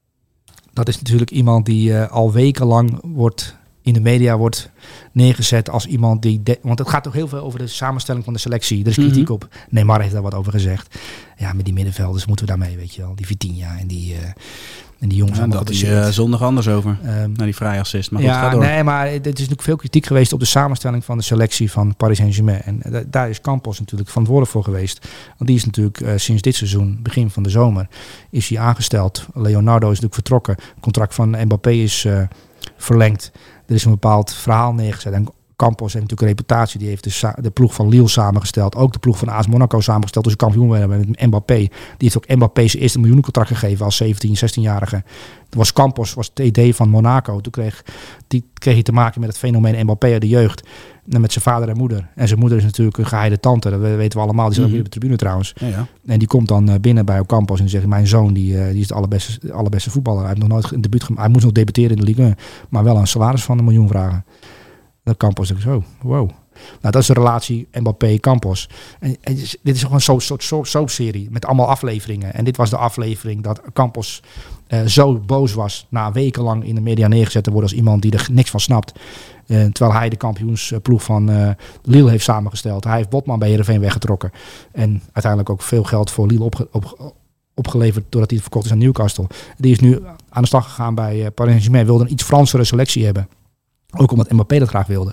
dat is natuurlijk iemand die al wekenlang in de media wordt neergezet als iemand die... Want het gaat toch heel veel over de samenstelling van de selectie. Er is kritiek op. Neymar heeft daar wat over gezegd. Ja, met die middenvelders moeten we daarmee, weet je wel. Die Vitinha en die jongens. Ja, dat is zondag anders over. Naar die vrije assist. Maar goed, ga door. Nee, maar er is natuurlijk veel kritiek geweest op de samenstelling van de selectie van Paris Saint-Germain. En daar is Campos natuurlijk verantwoordelijk voor geweest. Want die is natuurlijk sinds dit seizoen, begin van de zomer, is hij aangesteld. Leonardo is natuurlijk vertrokken. Het contract van Mbappé is verlengd. Er is een bepaald verhaal neergezet. En Campos heeft natuurlijk een reputatie. Die heeft de ploeg van Lille samengesteld. Ook de ploeg van AS Monaco samengesteld. Dus kampioen werden met Mbappé. Die heeft ook Mbappé zijn eerste miljoenencontract gegeven als 17, 16-jarige. Campos was het idee van Monaco. Toen kreeg hij te maken met het fenomeen Mbappé uit de jeugd. En met zijn vader en moeder. En zijn moeder is natuurlijk een geheide tante. Dat weten we allemaal. Die zit ook weer op de tribune trouwens. Ja. En die komt dan binnen bij Campos en die zegt: mijn zoon die is de allerbeste voetballer. Hij heeft nog nooit een debuut gemaakt. Hij moest nog debuteren in de Ligue 1. Maar wel een salaris van 1 miljoen vragen. Dat Campos zegt zo, wow. Nou, dat is de relatie Mbappé-Campos. En dit is gewoon zo'n soort soapserie met allemaal afleveringen. En dit was de aflevering dat Campos zo boos was na wekenlang in de media neergezet te worden als iemand die er niks van snapt. Terwijl hij de kampioensploeg van Lille heeft samengesteld. Hij heeft Botman bij Heerenveen weggetrokken. En uiteindelijk ook veel geld voor Lille opgeleverd doordat hij verkocht is aan Newcastle. Die is nu aan de slag gegaan bij Paris Saint-Germain. Wilde een iets Fransere selectie hebben. Ook omdat Mbappé dat graag wilde.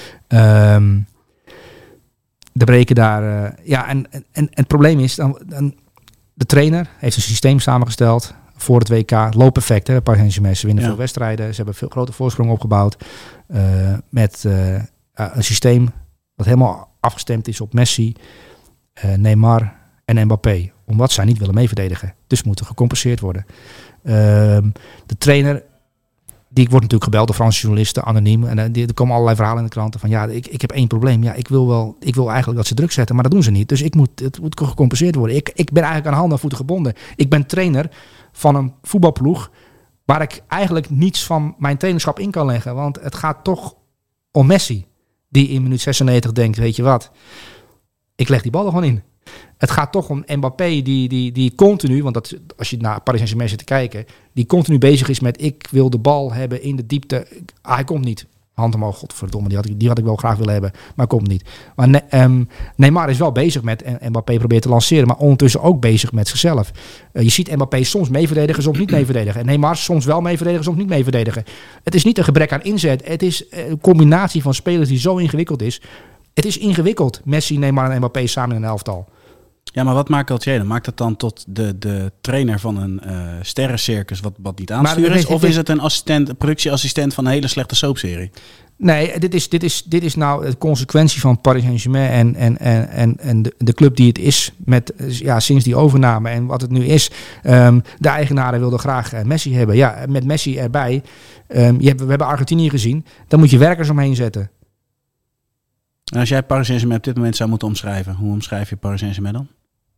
De breken daar... en het probleem is... Dan, de trainer heeft een systeem samengesteld voor het WK. Loopt perfect. Hè? Paris Saint-Germain, ze winnen veel wedstrijden. Ze hebben veel grote voorsprong opgebouwd. Met een systeem dat helemaal afgestemd is op Messi, Neymar en Mbappé. Omdat zij niet willen meeverdedigen. Dus moeten gecompenseerd worden. De trainer... Die wordt natuurlijk gebeld door Franse journalisten, anoniem. En er komen allerlei verhalen in de kranten van... ja, ik heb één probleem. Ja, ik wil eigenlijk dat ze druk zetten, maar dat doen ze niet. Dus het moet gecompenseerd worden. Ik ben eigenlijk aan handen en voeten gebonden. Ik ben trainer van een voetbalploeg... waar ik eigenlijk niets van mijn trainerschap in kan leggen. Want het gaat toch om Messi. Die in minuut 96 denkt, weet je wat... ik leg die bal er gewoon in. Het gaat toch om Mbappé die continu, want als je naar Paris Saint-Germain zit te kijken, die continu bezig is met ik wil de bal hebben in de diepte. Hij komt niet. Hand omhoog, godverdomme, die had ik wel graag willen hebben, maar komt niet. Maar Neymar is wel bezig met, en Mbappé probeert te lanceren, maar ondertussen ook bezig met zichzelf. Je ziet Mbappé soms meeverdedigen, soms niet meeverdedigen. En Neymar soms wel meeverdedigen, soms niet meeverdedigen. Het is niet een gebrek aan inzet. Het is een combinatie van spelers die zo ingewikkeld is. Het is ingewikkeld, Messi, Neymar en Mbappé samen in een elftal. Ja, maar wat maakt Galtier dan? Maakt het dan tot de trainer van een sterrencircus wat niet aansturen is? Of is het een productieassistent van een hele slechte soapserie? Nee, dit is nou de consequentie van Paris Saint-Germain en de club die het is met sinds die overname en wat het nu is. De eigenaren wilden graag Messi hebben. Ja, met Messi erbij. We hebben Argentinië gezien. Daar moet je werkers omheen zetten. En als jij Paris Saint-Germain op dit moment zou moeten omschrijven, hoe omschrijf je Paris Saint-Germain dan?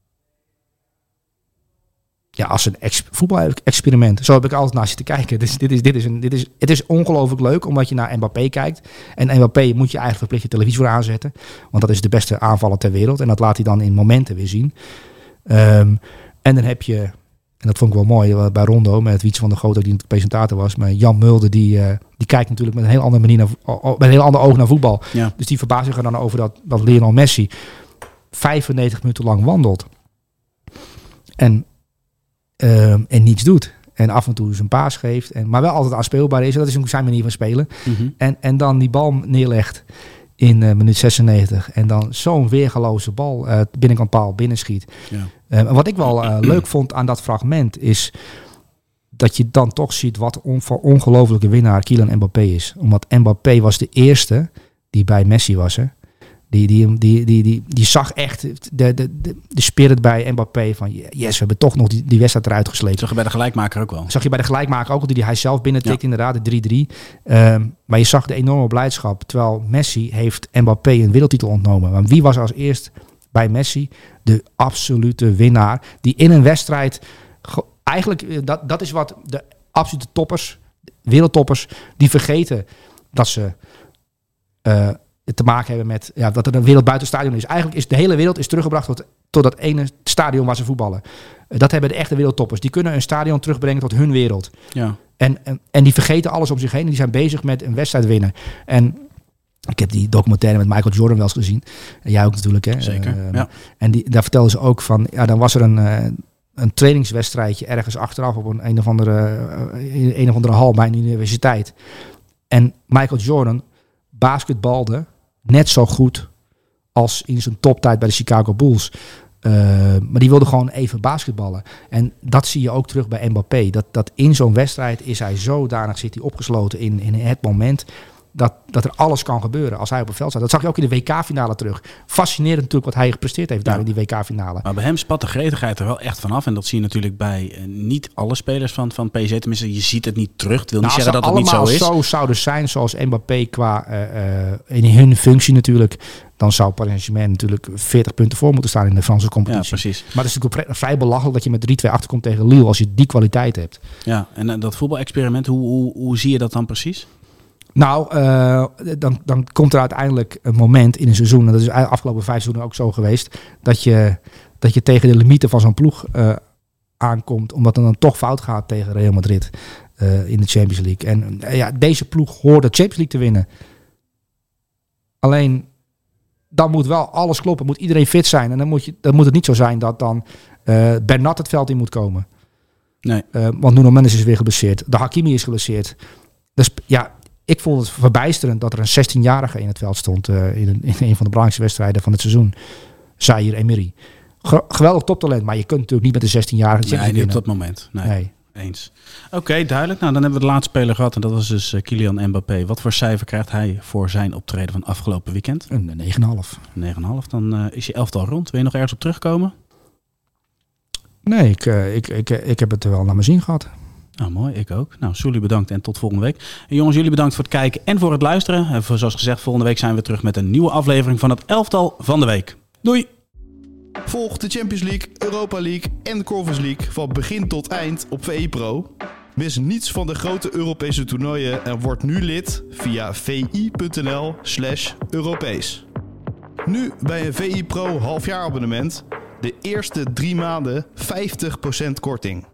Ja, als een voetbal-experiment. Zo heb ik altijd naar zitten kijken. Dus het is ongelooflijk leuk, omdat je naar Mbappé kijkt. En Mbappé moet je eigenlijk verplicht je televisie voor aanzetten. Want dat is de beste aanvaller ter wereld. En dat laat hij dan in momenten weer zien. En dan heb je, en dat vond ik wel mooi, bij Rondo, met Wietse van der Goot, die de presentator was. Maar Jan Mulder, die kijkt natuurlijk met een heel andere manier met een heel ander oog naar voetbal. Ja. Dus die verbaast zich er dan over dat Lionel Messi 95 minuten lang wandelt. En niets doet. En af en toe zijn paas geeft. Maar wel altijd aanspeelbaar is. Dat is zijn manier van spelen. Mm-hmm. En dan die bal neerlegt in minuut 96. En dan zo'n weergaloze bal binnenkant paal binnenschiet. Ja. Wat ik wel leuk vond aan dat fragment is dat je dan toch ziet wat voor ongelofelijke winnaar Kylian Mbappé is. Omdat Mbappé was de eerste die bij Messi was. Hè. Die zag echt de spirit bij Mbappé van yes, we hebben toch nog die wedstrijd eruit gesleept. Zag je bij de gelijkmaker ook wel. Zag je bij de gelijkmaker ook al, die hij zelf binnentikt, inderdaad, de 3-3. Maar je zag de enorme blijdschap, terwijl Messi heeft Mbappé een wereldtitel ontnomen. Want wie was als eerst bij Messi de absolute winnaar, die in een wedstrijd eigenlijk, dat is wat de absolute toppers, wereldtoppers, die vergeten dat ze te maken hebben met dat er een wereldbuitenstadion is. Eigenlijk is de hele wereld teruggebracht tot dat ene stadion waar ze voetballen. Dat hebben de echte wereldtoppers. Die kunnen een stadion terugbrengen tot hun wereld. Ja. En die vergeten alles om zich heen. En die zijn bezig met een wedstrijd winnen. En ik heb die documentaire met Michael Jordan wel eens gezien. En jij ook natuurlijk, hè? Zeker, ja. En daar vertelden ze ook van, dan was er een trainingswedstrijdje ergens achteraf op een of andere hal bij een universiteit. En Michael Jordan basketbalde net zo goed als in zijn toptijd bij de Chicago Bulls. Maar die wilde gewoon even basketballen. En dat zie je ook terug bij Mbappé. Dat in zo'n wedstrijd is hij zodanig, zit hij opgesloten in het moment dat er alles kan gebeuren als hij op het veld staat. Dat zag je ook in de WK-finale terug. Fascinerend natuurlijk wat hij gepresteerd heeft daar in die WK-finale. Maar bij hem spat de gretigheid er wel echt vanaf. En dat zie je natuurlijk bij niet alle spelers van PSG. Tenminste, je ziet het niet terug. Het wil niet zeggen dat het niet zo is. Als ze allemaal zo zouden zijn zoals Mbappé qua in hun functie natuurlijk, dan zou Paris Saint-Germain natuurlijk 40 punten voor moeten staan in de Franse competitie. Ja, precies. Maar het is natuurlijk vrij belachelijk dat je met 3-2 achterkomt tegen Lille als je die kwaliteit hebt. Ja, en dat voetbalexperiment, hoe zie je dat dan precies? Nou, dan komt er uiteindelijk een moment in een seizoen, en dat is de afgelopen 5 seizoenen ook zo geweest, dat je tegen de limieten van zo'n ploeg aankomt, omdat het dan toch fout gaat tegen Real Madrid in de Champions League. En deze ploeg hoort de Champions League te winnen. Alleen, dan moet wel alles kloppen, moet iedereen fit zijn. En dan moet het niet zo zijn dat dan Bernat het veld in moet komen. Nee. Want Nuno Mendes is weer geblesseerd. De Hakimi is geblesseerd. Dus ik vond het verbijsterend dat er een 16-jarige in het veld stond in een van de belangrijkste wedstrijden van het seizoen. Zaïre Emery. Geweldig toptalent, maar je kunt natuurlijk niet met een 16-jarige nee, niet op dat moment. Nee. Eens. Oké, duidelijk. Nou, dan hebben we de laatste speler gehad en dat was dus Kylian Mbappé. Wat voor cijfer krijgt hij voor zijn optreden van afgelopen weekend? Een 9,5. 9,5. Dan is je elftal rond. Wil je nog ergens op terugkomen? Nee, ik heb het er wel naar mijn zin gehad. Nou, mooi. Ik ook. Nou, Soelie bedankt en tot volgende week. En jongens, jullie bedankt voor het kijken en voor het luisteren. En zoals gezegd, volgende week zijn we terug met een nieuwe aflevering van het elftal van de week. Doei! Volg de Champions League, Europa League en Conference League van begin tot eind op VI Pro. Mis niets van de grote Europese toernooien en word nu lid via vi.nl/Europees. Nu bij een VI Pro halfjaarabonnement de eerste 3 maanden 50% korting.